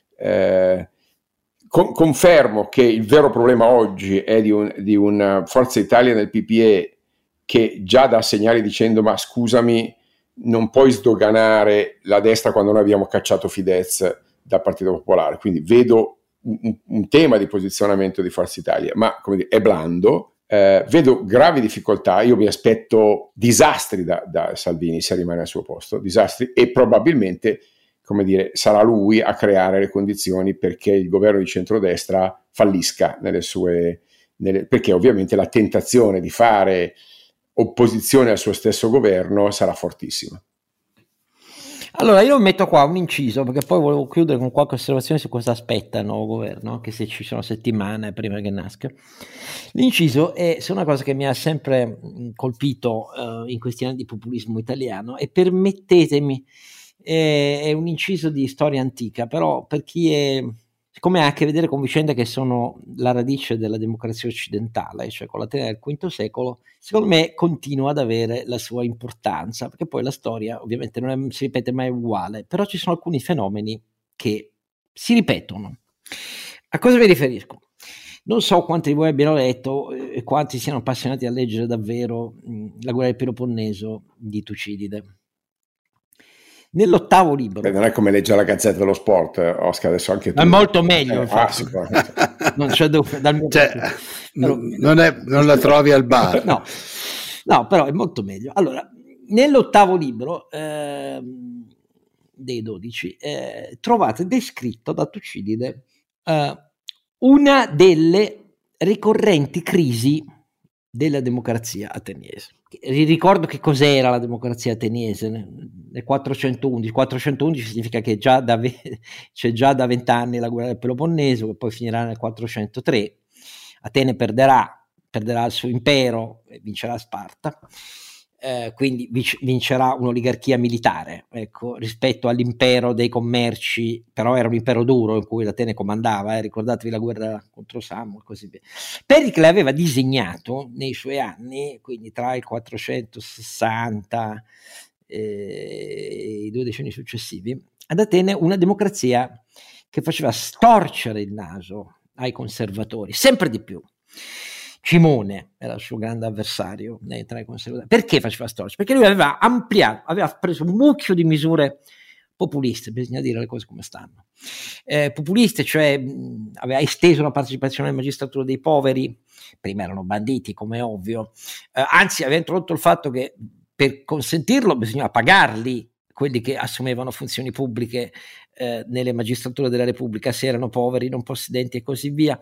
Confermo che il vero problema oggi è di una Forza Italia nel PPE che già dà segnali dicendo: ma scusami, non puoi sdoganare la destra quando noi abbiamo cacciato Fidesz dal Partito Popolare. Quindi vedo un tema di posizionamento di Forza Italia, ma come dire, è blando. Vedo gravi difficoltà. Io mi aspetto disastri da Salvini se rimane al suo posto, disastri, e probabilmente, come dire, sarà lui a creare le condizioni perché il governo di centrodestra fallisca perché ovviamente la tentazione di fare opposizione al suo stesso governo sarà fortissima. Allora io metto qua un inciso, perché poi volevo chiudere con qualche osservazione su cosa aspetta il nuovo governo, anche se ci sono settimane prima che nasca. L'inciso è su una cosa che mi ha sempre colpito in questi anni di populismo italiano, e permettetemi, è un inciso di storia antica, però per chi è, siccome ha a che vedere con vicende che sono la radice della democrazia occidentale, cioè con l'Atene del V secolo, secondo me continua ad avere la sua importanza, perché poi la storia ovviamente non si ripete mai uguale, però ci sono alcuni fenomeni che si ripetono. A cosa mi riferisco? Non so quanti di voi abbiano letto e quanti siano appassionati a leggere davvero la guerra del Peloponneso di Tucidide. Nell'8° libro. Non è come leggere la Gazzetta dello Sport, Oscar, adesso anche tu. È molto meglio, infatti. Non c'è dal mio non la trovi al bar. No, però è molto meglio. Allora, nell'8° libro dei 12 trovate descritto da Tucidide una delle ricorrenti crisi della democrazia ateniese. Ricordo che cos'era la democrazia ateniese nel 411. 411 significa che c'è già da 20 anni la guerra del Peloponneso, che poi finirà nel 403. Atene perderà il suo impero e vincerà Sparta, quindi vincerà un'oligarchia militare, ecco, rispetto all'impero dei commerci, però era un impero duro in cui l'Atene comandava, ricordatevi la guerra contro Samo e così via. Pericle aveva disegnato nei suoi anni, quindi tra il 460 e i 2 decenni successivi, ad Atene una democrazia che faceva storcere il naso ai conservatori, sempre di più. Cimone era il suo grande avversario tra i conservatori. Perché faceva storcere? Perché lui aveva preso un mucchio di misure populiste, bisogna dire le cose come stanno. Populiste, cioè aveva esteso la partecipazione alla magistratura dei poveri, prima erano banditi come ovvio, anzi aveva introdotto il fatto che per consentirlo bisognava pagarli quelli che assumevano funzioni pubbliche nelle magistrature della Repubblica, se erano poveri, non possidenti e così via.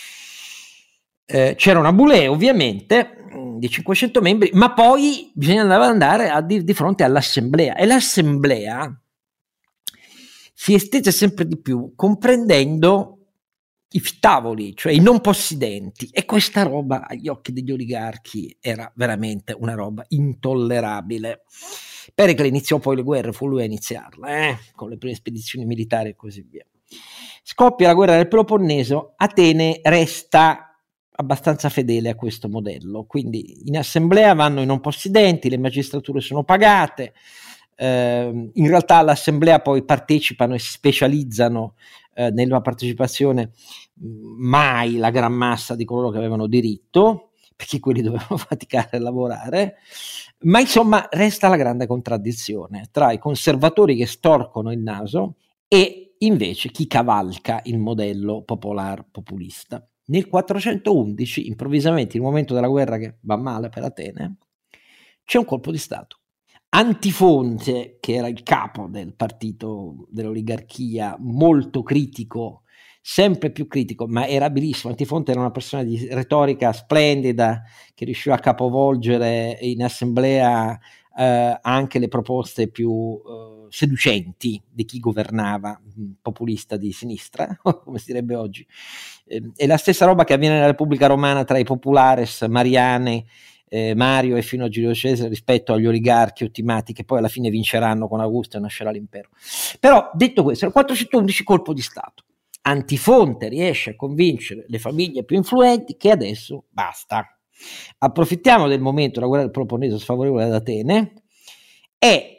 C'era una boulée ovviamente di 500 membri, ma poi bisognava andare di fronte all'assemblea, e l'assemblea si estese sempre di più, comprendendo i tavoli, cioè i non possidenti, e questa roba agli occhi degli oligarchi era veramente una roba intollerabile. Pericle iniziò poi le guerre, fu lui a iniziarla, con le prime spedizioni militari e così via. Scoppia la guerra del Peloponneso, Atene resta abbastanza fedele a questo modello, quindi in assemblea vanno i non possidenti, le magistrature sono pagate, in realtà all'assemblea poi partecipano e si specializzano nella partecipazione mai la gran massa di coloro che avevano diritto, perché quelli dovevano faticare a lavorare, ma insomma resta la grande contraddizione tra i conservatori che storcono il naso e invece chi cavalca il modello popolista. Nel 411, improvvisamente, il momento della guerra che va male per Atene, c'è un colpo di Stato. Antifonte, che era il capo del partito dell'oligarchia, molto critico, sempre più critico, ma era abilissimo. Antifonte era una persona di retorica splendida, che riusciva a capovolgere in assemblea anche le proposte più seducenti di chi governava, populista di sinistra, come si direbbe oggi. È la stessa roba che avviene nella Repubblica Romana tra i populares, Mariani, Mario e fino a Giulio Cesare, rispetto agli oligarchi ottimati che poi alla fine vinceranno con Augusto e nascerà l'impero. Però, detto questo, il 411 colpo di Stato. Antifonte riesce a convincere le famiglie più influenti che adesso basta. Approfittiamo del momento della guerra del Peloponneso sfavorevole ad Atene e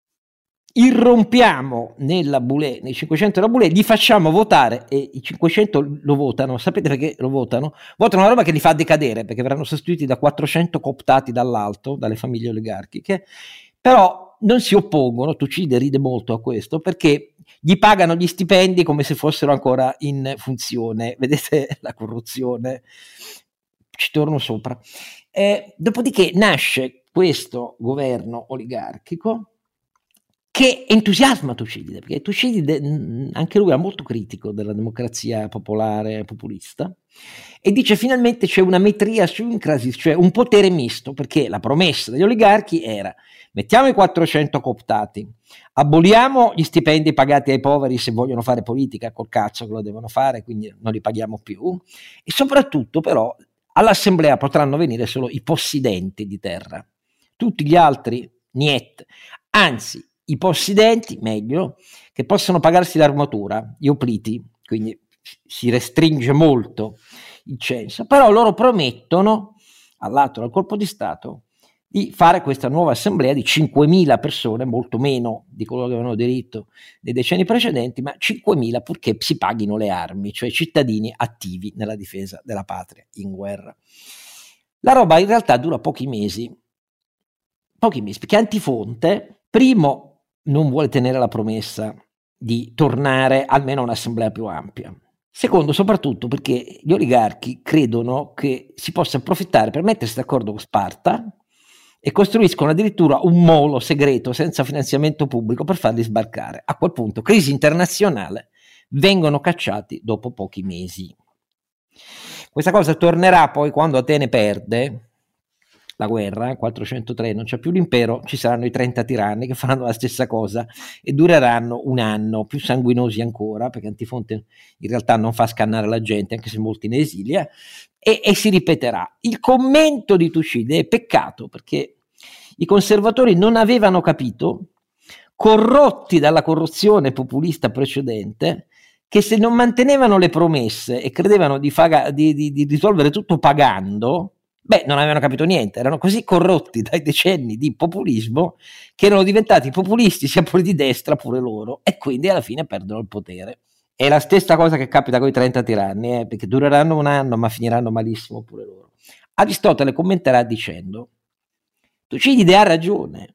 irrompiamo nella Boulé, nei 500 della Boulé, li facciamo votare e i 500 lo votano. Sapete perché lo votano? Votano una roba che li fa decadere, perché verranno sostituiti da 400 cooptati dall'alto, dalle famiglie oligarchiche, però non si oppongono. Tucidide ride molto a questo perché gli pagano gli stipendi come se fossero ancora in funzione. Vedete la corruzione? Ci torno sopra. Dopodiché nasce questo governo oligarchico che entusiasma Tucidide, perché Tucidide anche lui era molto critico della democrazia popolare populista e dice finalmente c'è una metria syncrasis, cioè un potere misto, perché la promessa degli oligarchi era: mettiamo i 400 cooptati, aboliamo gli stipendi pagati ai poveri se vogliono fare politica, col cazzo che lo devono fare, quindi non li paghiamo più, e soprattutto però all'assemblea potranno venire solo i possidenti di terra, tutti gli altri niente, anzi i possidenti, meglio, che possono pagarsi l'armatura, gli opliti, quindi si restringe molto il censo, però loro promettono, all'atto del colpo di Stato, di fare questa nuova assemblea di 5.000 persone, molto meno di coloro che avevano diritto nei decenni precedenti, ma 5.000 purché si paghino le armi, cioè cittadini attivi nella difesa della patria in guerra. La roba in realtà dura pochi mesi, perché Antifonte, primo, non vuole tenere la promessa di tornare almeno a un'assemblea più ampia. Secondo, soprattutto perché gli oligarchi credono che si possa approfittare per mettersi d'accordo con Sparta e costruiscono addirittura un molo segreto senza finanziamento pubblico per farli sbarcare. A quel punto, crisi internazionale, vengono cacciati dopo pochi mesi. Questa cosa tornerà poi quando Atene perde la guerra, 403, non c'è più l'impero, ci saranno i 30 tiranni che faranno la stessa cosa e dureranno un anno, più sanguinosi ancora, perché Antifonte in realtà non fa scannare la gente, anche se molti ne esilia, e si ripeterà. Il commento di Tucidide è peccato, perché i conservatori non avevano capito, corrotti dalla corruzione populista precedente, che se non mantenevano le promesse e credevano di risolvere tutto pagando, non avevano capito niente, erano così corrotti dai decenni di populismo che erano diventati populisti sia pure di destra pure loro, e quindi alla fine perdono il potere. È la stessa cosa che capita con i 30 tiranni, perché dureranno un anno ma finiranno malissimo pure loro. Aristotele commenterà dicendo: Tucidide ha ragione,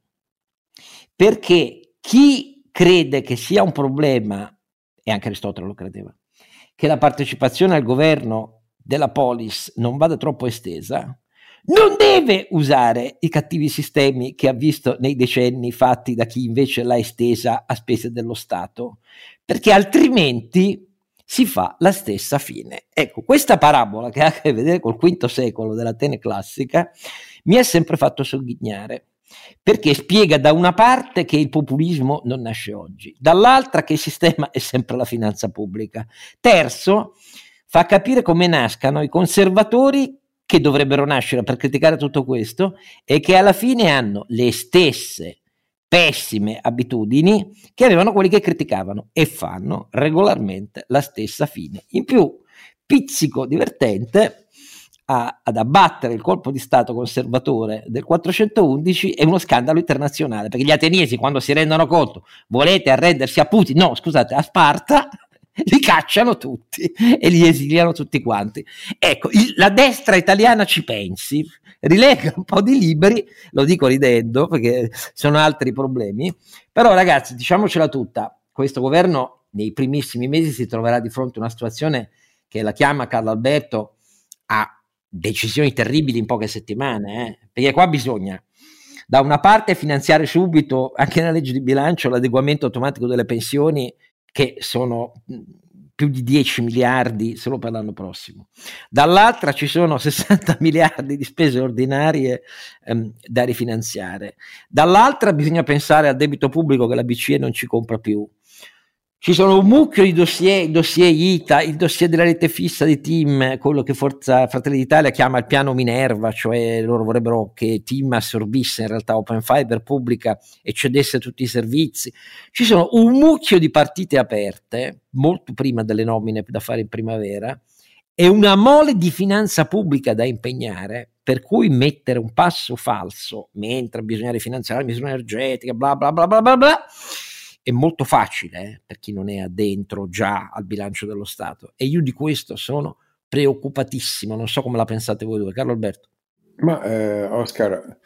perché chi crede che sia un problema, e anche Aristotele lo credeva, che la partecipazione al governo della polis non vada troppo estesa, non deve usare i cattivi sistemi che ha visto nei decenni fatti da chi invece l'ha estesa a spese dello Stato, perché altrimenti si fa la stessa fine. Ecco, questa parabola, che ha a che vedere col V secolo dell'Atene classica, mi ha sempre fatto sogghignare, perché spiega da una parte che il populismo non nasce oggi, dall'altra che il sistema è sempre la finanza pubblica, terzo fa capire come nascano i conservatori che dovrebbero nascere per criticare tutto questo e che alla fine hanno le stesse pessime abitudini che avevano quelli che criticavano e fanno regolarmente la stessa fine. In più, pizzico divertente ad abbattere il colpo di Stato conservatore del 411 è uno scandalo internazionale, perché gli ateniesi, quando si rendono conto volete arrendersi a Putin, no scusate, a Sparta, li cacciano tutti e li esiliano tutti quanti. Ecco, la destra italiana ci pensi, rilega un po' di libri, lo dico ridendo perché sono altri problemi, però ragazzi, diciamocela tutta, questo governo nei primissimi mesi si troverà di fronte a una situazione che la chiama Carlo Alberto a decisioni terribili in poche settimane, perché qua bisogna da una parte finanziare subito, anche nella legge di bilancio, l'adeguamento automatico delle pensioni, che sono più di 10 miliardi solo per l'anno prossimo. Dall'altra ci sono 60 miliardi di spese ordinarie da rifinanziare. Dall'altra bisogna pensare al debito pubblico che la BCE non ci compra più. Ci sono un mucchio di dossier ITA, il dossier della rete fissa di TIM, quello che Fratelli d'Italia chiama il piano Minerva, cioè loro vorrebbero che TIM assorbisse in realtà Open Fiber pubblica e cedesse tutti i servizi. Ci sono un mucchio di partite aperte, molto prima delle nomine da fare in primavera, e una mole di finanza pubblica da impegnare, per cui mettere un passo falso mentre bisogna rifinanziare la misura energetica, bla bla bla bla bla bla, è molto facile per chi non è addentro già al bilancio dello Stato, e io di questo sono preoccupatissimo. Non so come la pensate voi due. Carlo Alberto. Ma Oscar,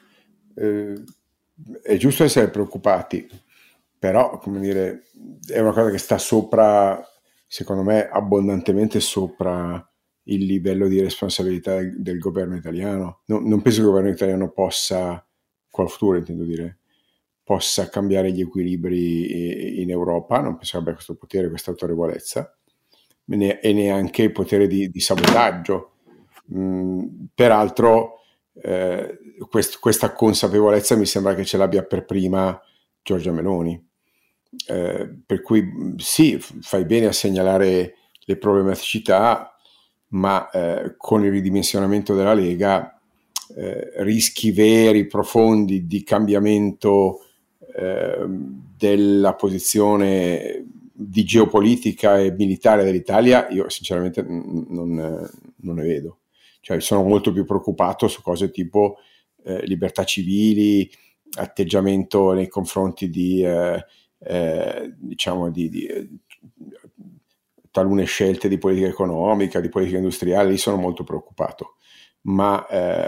è giusto essere preoccupati, però, come dire, è una cosa che sta sopra, secondo me, abbondantemente sopra il livello di responsabilità del governo italiano. Non penso che il governo italiano possa, col futuro intendo dire, possa cambiare gli equilibri in Europa. Non penso che abbia questo potere, questa autorevolezza, e neanche il potere di sabotaggio. Peraltro questa consapevolezza mi sembra che ce l'abbia per prima Giorgia Meloni, per cui sì, fai bene a segnalare le problematicità, ma con il ridimensionamento della Lega rischi veri, profondi di cambiamento della posizione di geopolitica e militare dell'Italia. Io sinceramente non ne vedo. Cioè, sono molto più preoccupato su cose tipo libertà civili, atteggiamento nei confronti di talune scelte di politica economica, di politica industriale. Lì sono molto preoccupato, ma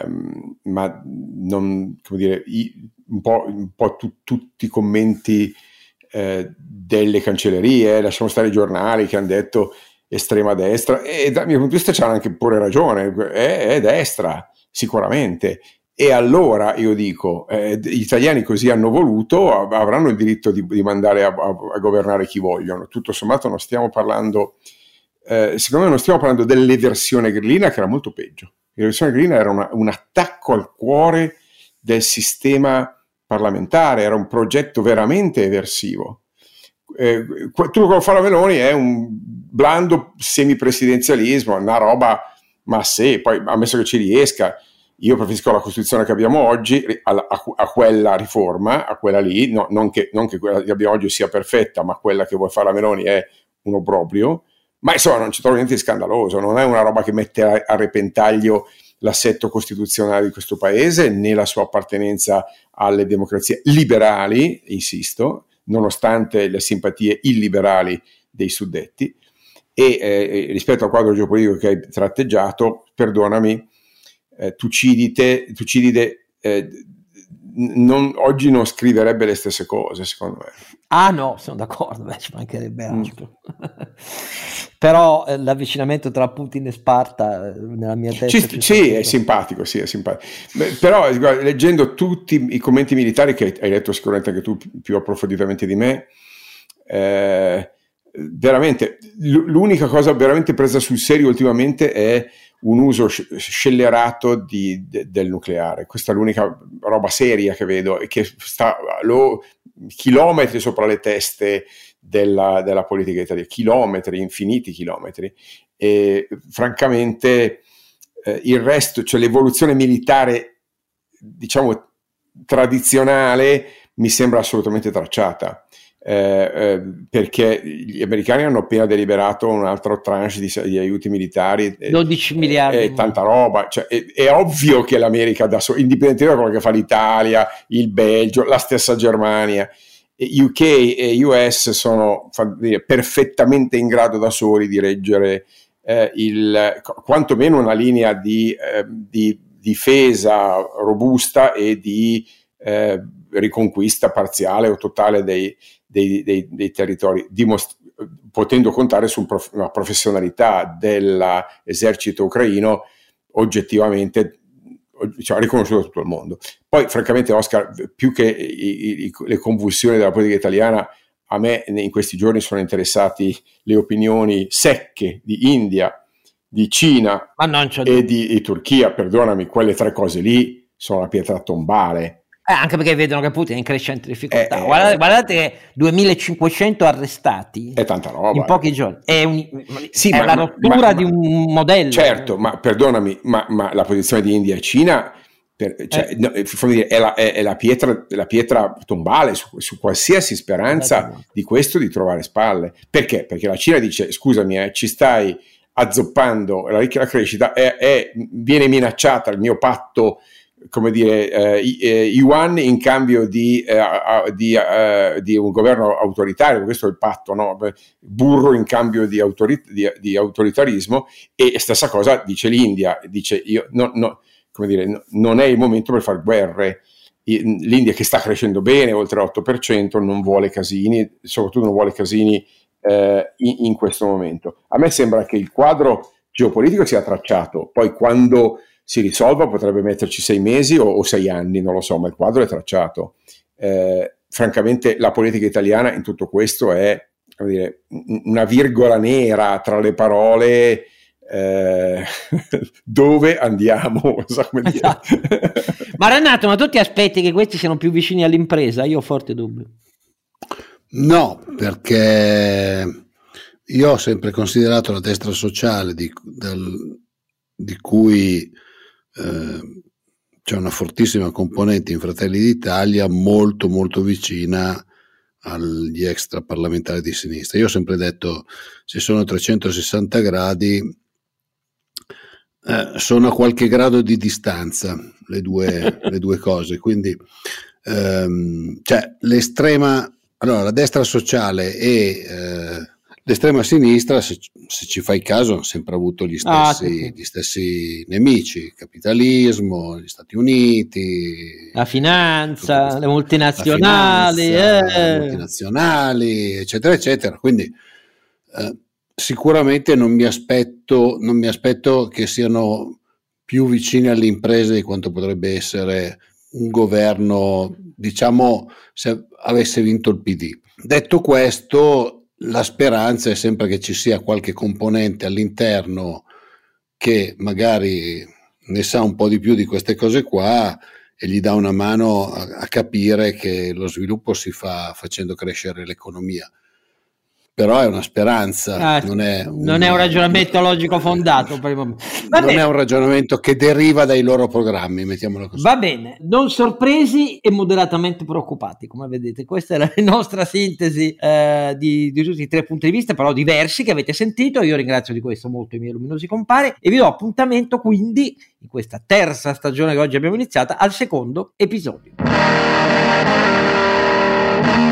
non, come dire, un po' tutti i commenti delle cancellerie, lasciamo stare i giornali che hanno detto estrema destra, e dal mio punto di vista c'hanno anche pure ragione, è destra sicuramente. E allora io dico, gli italiani così hanno voluto, avranno il diritto di mandare a governare chi vogliono. Tutto sommato non stiamo parlando, secondo me non stiamo parlando dell'eversione grillina, che era molto peggio. L'eversione grillina era un attacco al cuore del sistema parlamentare, era un progetto veramente eversivo. Tutto quello che fa la Meloni è un blando semipresidenzialismo, una roba, ma se poi, ammesso che ci riesca, io preferisco la Costituzione che abbiamo oggi a quella riforma, a quella lì, no, non che quella che abbiamo oggi sia perfetta, ma quella che vuole fare la Meloni è un obbrobrio. Ma insomma non ci trovo niente di scandaloso, non è una roba che mette a repentaglio l'assetto costituzionale di questo paese, né la sua appartenenza alle democrazie liberali, insisto, nonostante le simpatie illiberali dei suddetti. E rispetto al quadro geopolitico che hai tratteggiato, perdonami, Tucidide oggi non scriverebbe le stesse cose, secondo me. Ah no, sono d'accordo, ci mancherebbe altro. Però l'avvicinamento tra Putin e Sparta nella mia testa sì, è simpatico, sì, è simpatico. Però guarda, leggendo tutti i commenti militari che hai letto sicuramente anche tu più approfonditamente di me, veramente l'unica cosa veramente presa sul serio ultimamente è un uso scellerato del nucleare. Questa è l'unica roba seria che vedo e che sta chilometri sopra le teste della politica italiana, chilometri, infiniti chilometri. E francamente il resto, cioè l'evoluzione militare, diciamo, tradizionale, mi sembra assolutamente tracciata. Perché gli americani hanno appena deliberato un altro tranche di aiuti militari, 12 miliardi, tanta roba, cioè, è ovvio che l'America da sola, indipendentemente da quello che fa l'Italia, il Belgio, la stessa Germania, UK e US sono perfettamente in grado da soli di reggere quantomeno una linea di difesa robusta e di riconquista parziale o totale dei territori, potendo contare su una professionalità dell'esercito ucraino oggettivamente, cioè, riconosciuto da tutto il mondo. Poi francamente, Oscar, più che le convulsioni della politica italiana, a me in questi giorni sono interessati le opinioni secche di India, di Cina e di Turchia, perdonami, quelle tre cose lì sono la pietra tombale. Anche perché vedono che Putin è in crescente difficoltà. Guardate che 2500 arrestati è tanta roba in pochi giorni. È la rottura di un modello. Certo, ma perdonami, ma la posizione di India e Cina è la pietra tombale su qualsiasi speranza di questo di trovare spalle. Perché? Perché la Cina dice: scusami, ci stai azzoppando la crescita, viene minacciata il mio patto, come dire, yuan in cambio di un governo autoritario. Questo è il patto, no? Burro in cambio di autoritarismo. E stessa cosa dice l'India, dice non è il momento per fare guerre. L'India, che sta crescendo bene, oltre l'8%, non vuole casini, soprattutto non vuole casini in questo momento. A me sembra che il quadro geopolitico sia tracciato, poi quando si risolva potrebbe metterci 6 mesi o 6 anni, non lo so, ma il quadro è tracciato. Francamente la politica italiana in tutto questo è, come dire, una virgola nera tra le parole. Dove andiamo? Esatto. Ma Renato, ma tu ti aspetti che questi siano più vicini all'impresa? Io ho forte dubbio. No, perché io ho sempre considerato la destra sociale di cui c'è una fortissima componente in Fratelli d'Italia molto molto vicina agli extraparlamentari di sinistra. Io ho sempre detto, se sono 360 gradi, sono a qualche grado di distanza le due cose, quindi allora la destra sociale e l'estrema sinistra, se ci fai caso, hanno sempre avuto gli stessi nemici: capitalismo, gli Stati Uniti, la finanza, le multinazionali, eccetera eccetera. Quindi sicuramente non mi aspetto che siano più vicini alle imprese di quanto potrebbe essere un governo, diciamo, se avesse vinto il PD. Detto questo, la speranza è sempre che ci sia qualche componente all'interno che magari ne sa un po' di più di queste cose qua e gli dà una mano a capire che lo sviluppo si fa facendo crescere l'economia. Però è una speranza, non è un ragionamento logico fondato per il momento. Non è un ragionamento che deriva dai loro programmi, mettiamolo così. Va bene, non sorpresi e moderatamente preoccupati, come vedete. Questa è la nostra sintesi di tutti i 3 punti di vista, però diversi, che avete sentito. Io ringrazio di questo molto i miei luminosi compari e vi do appuntamento quindi in questa terza stagione che oggi abbiamo iniziata al secondo episodio.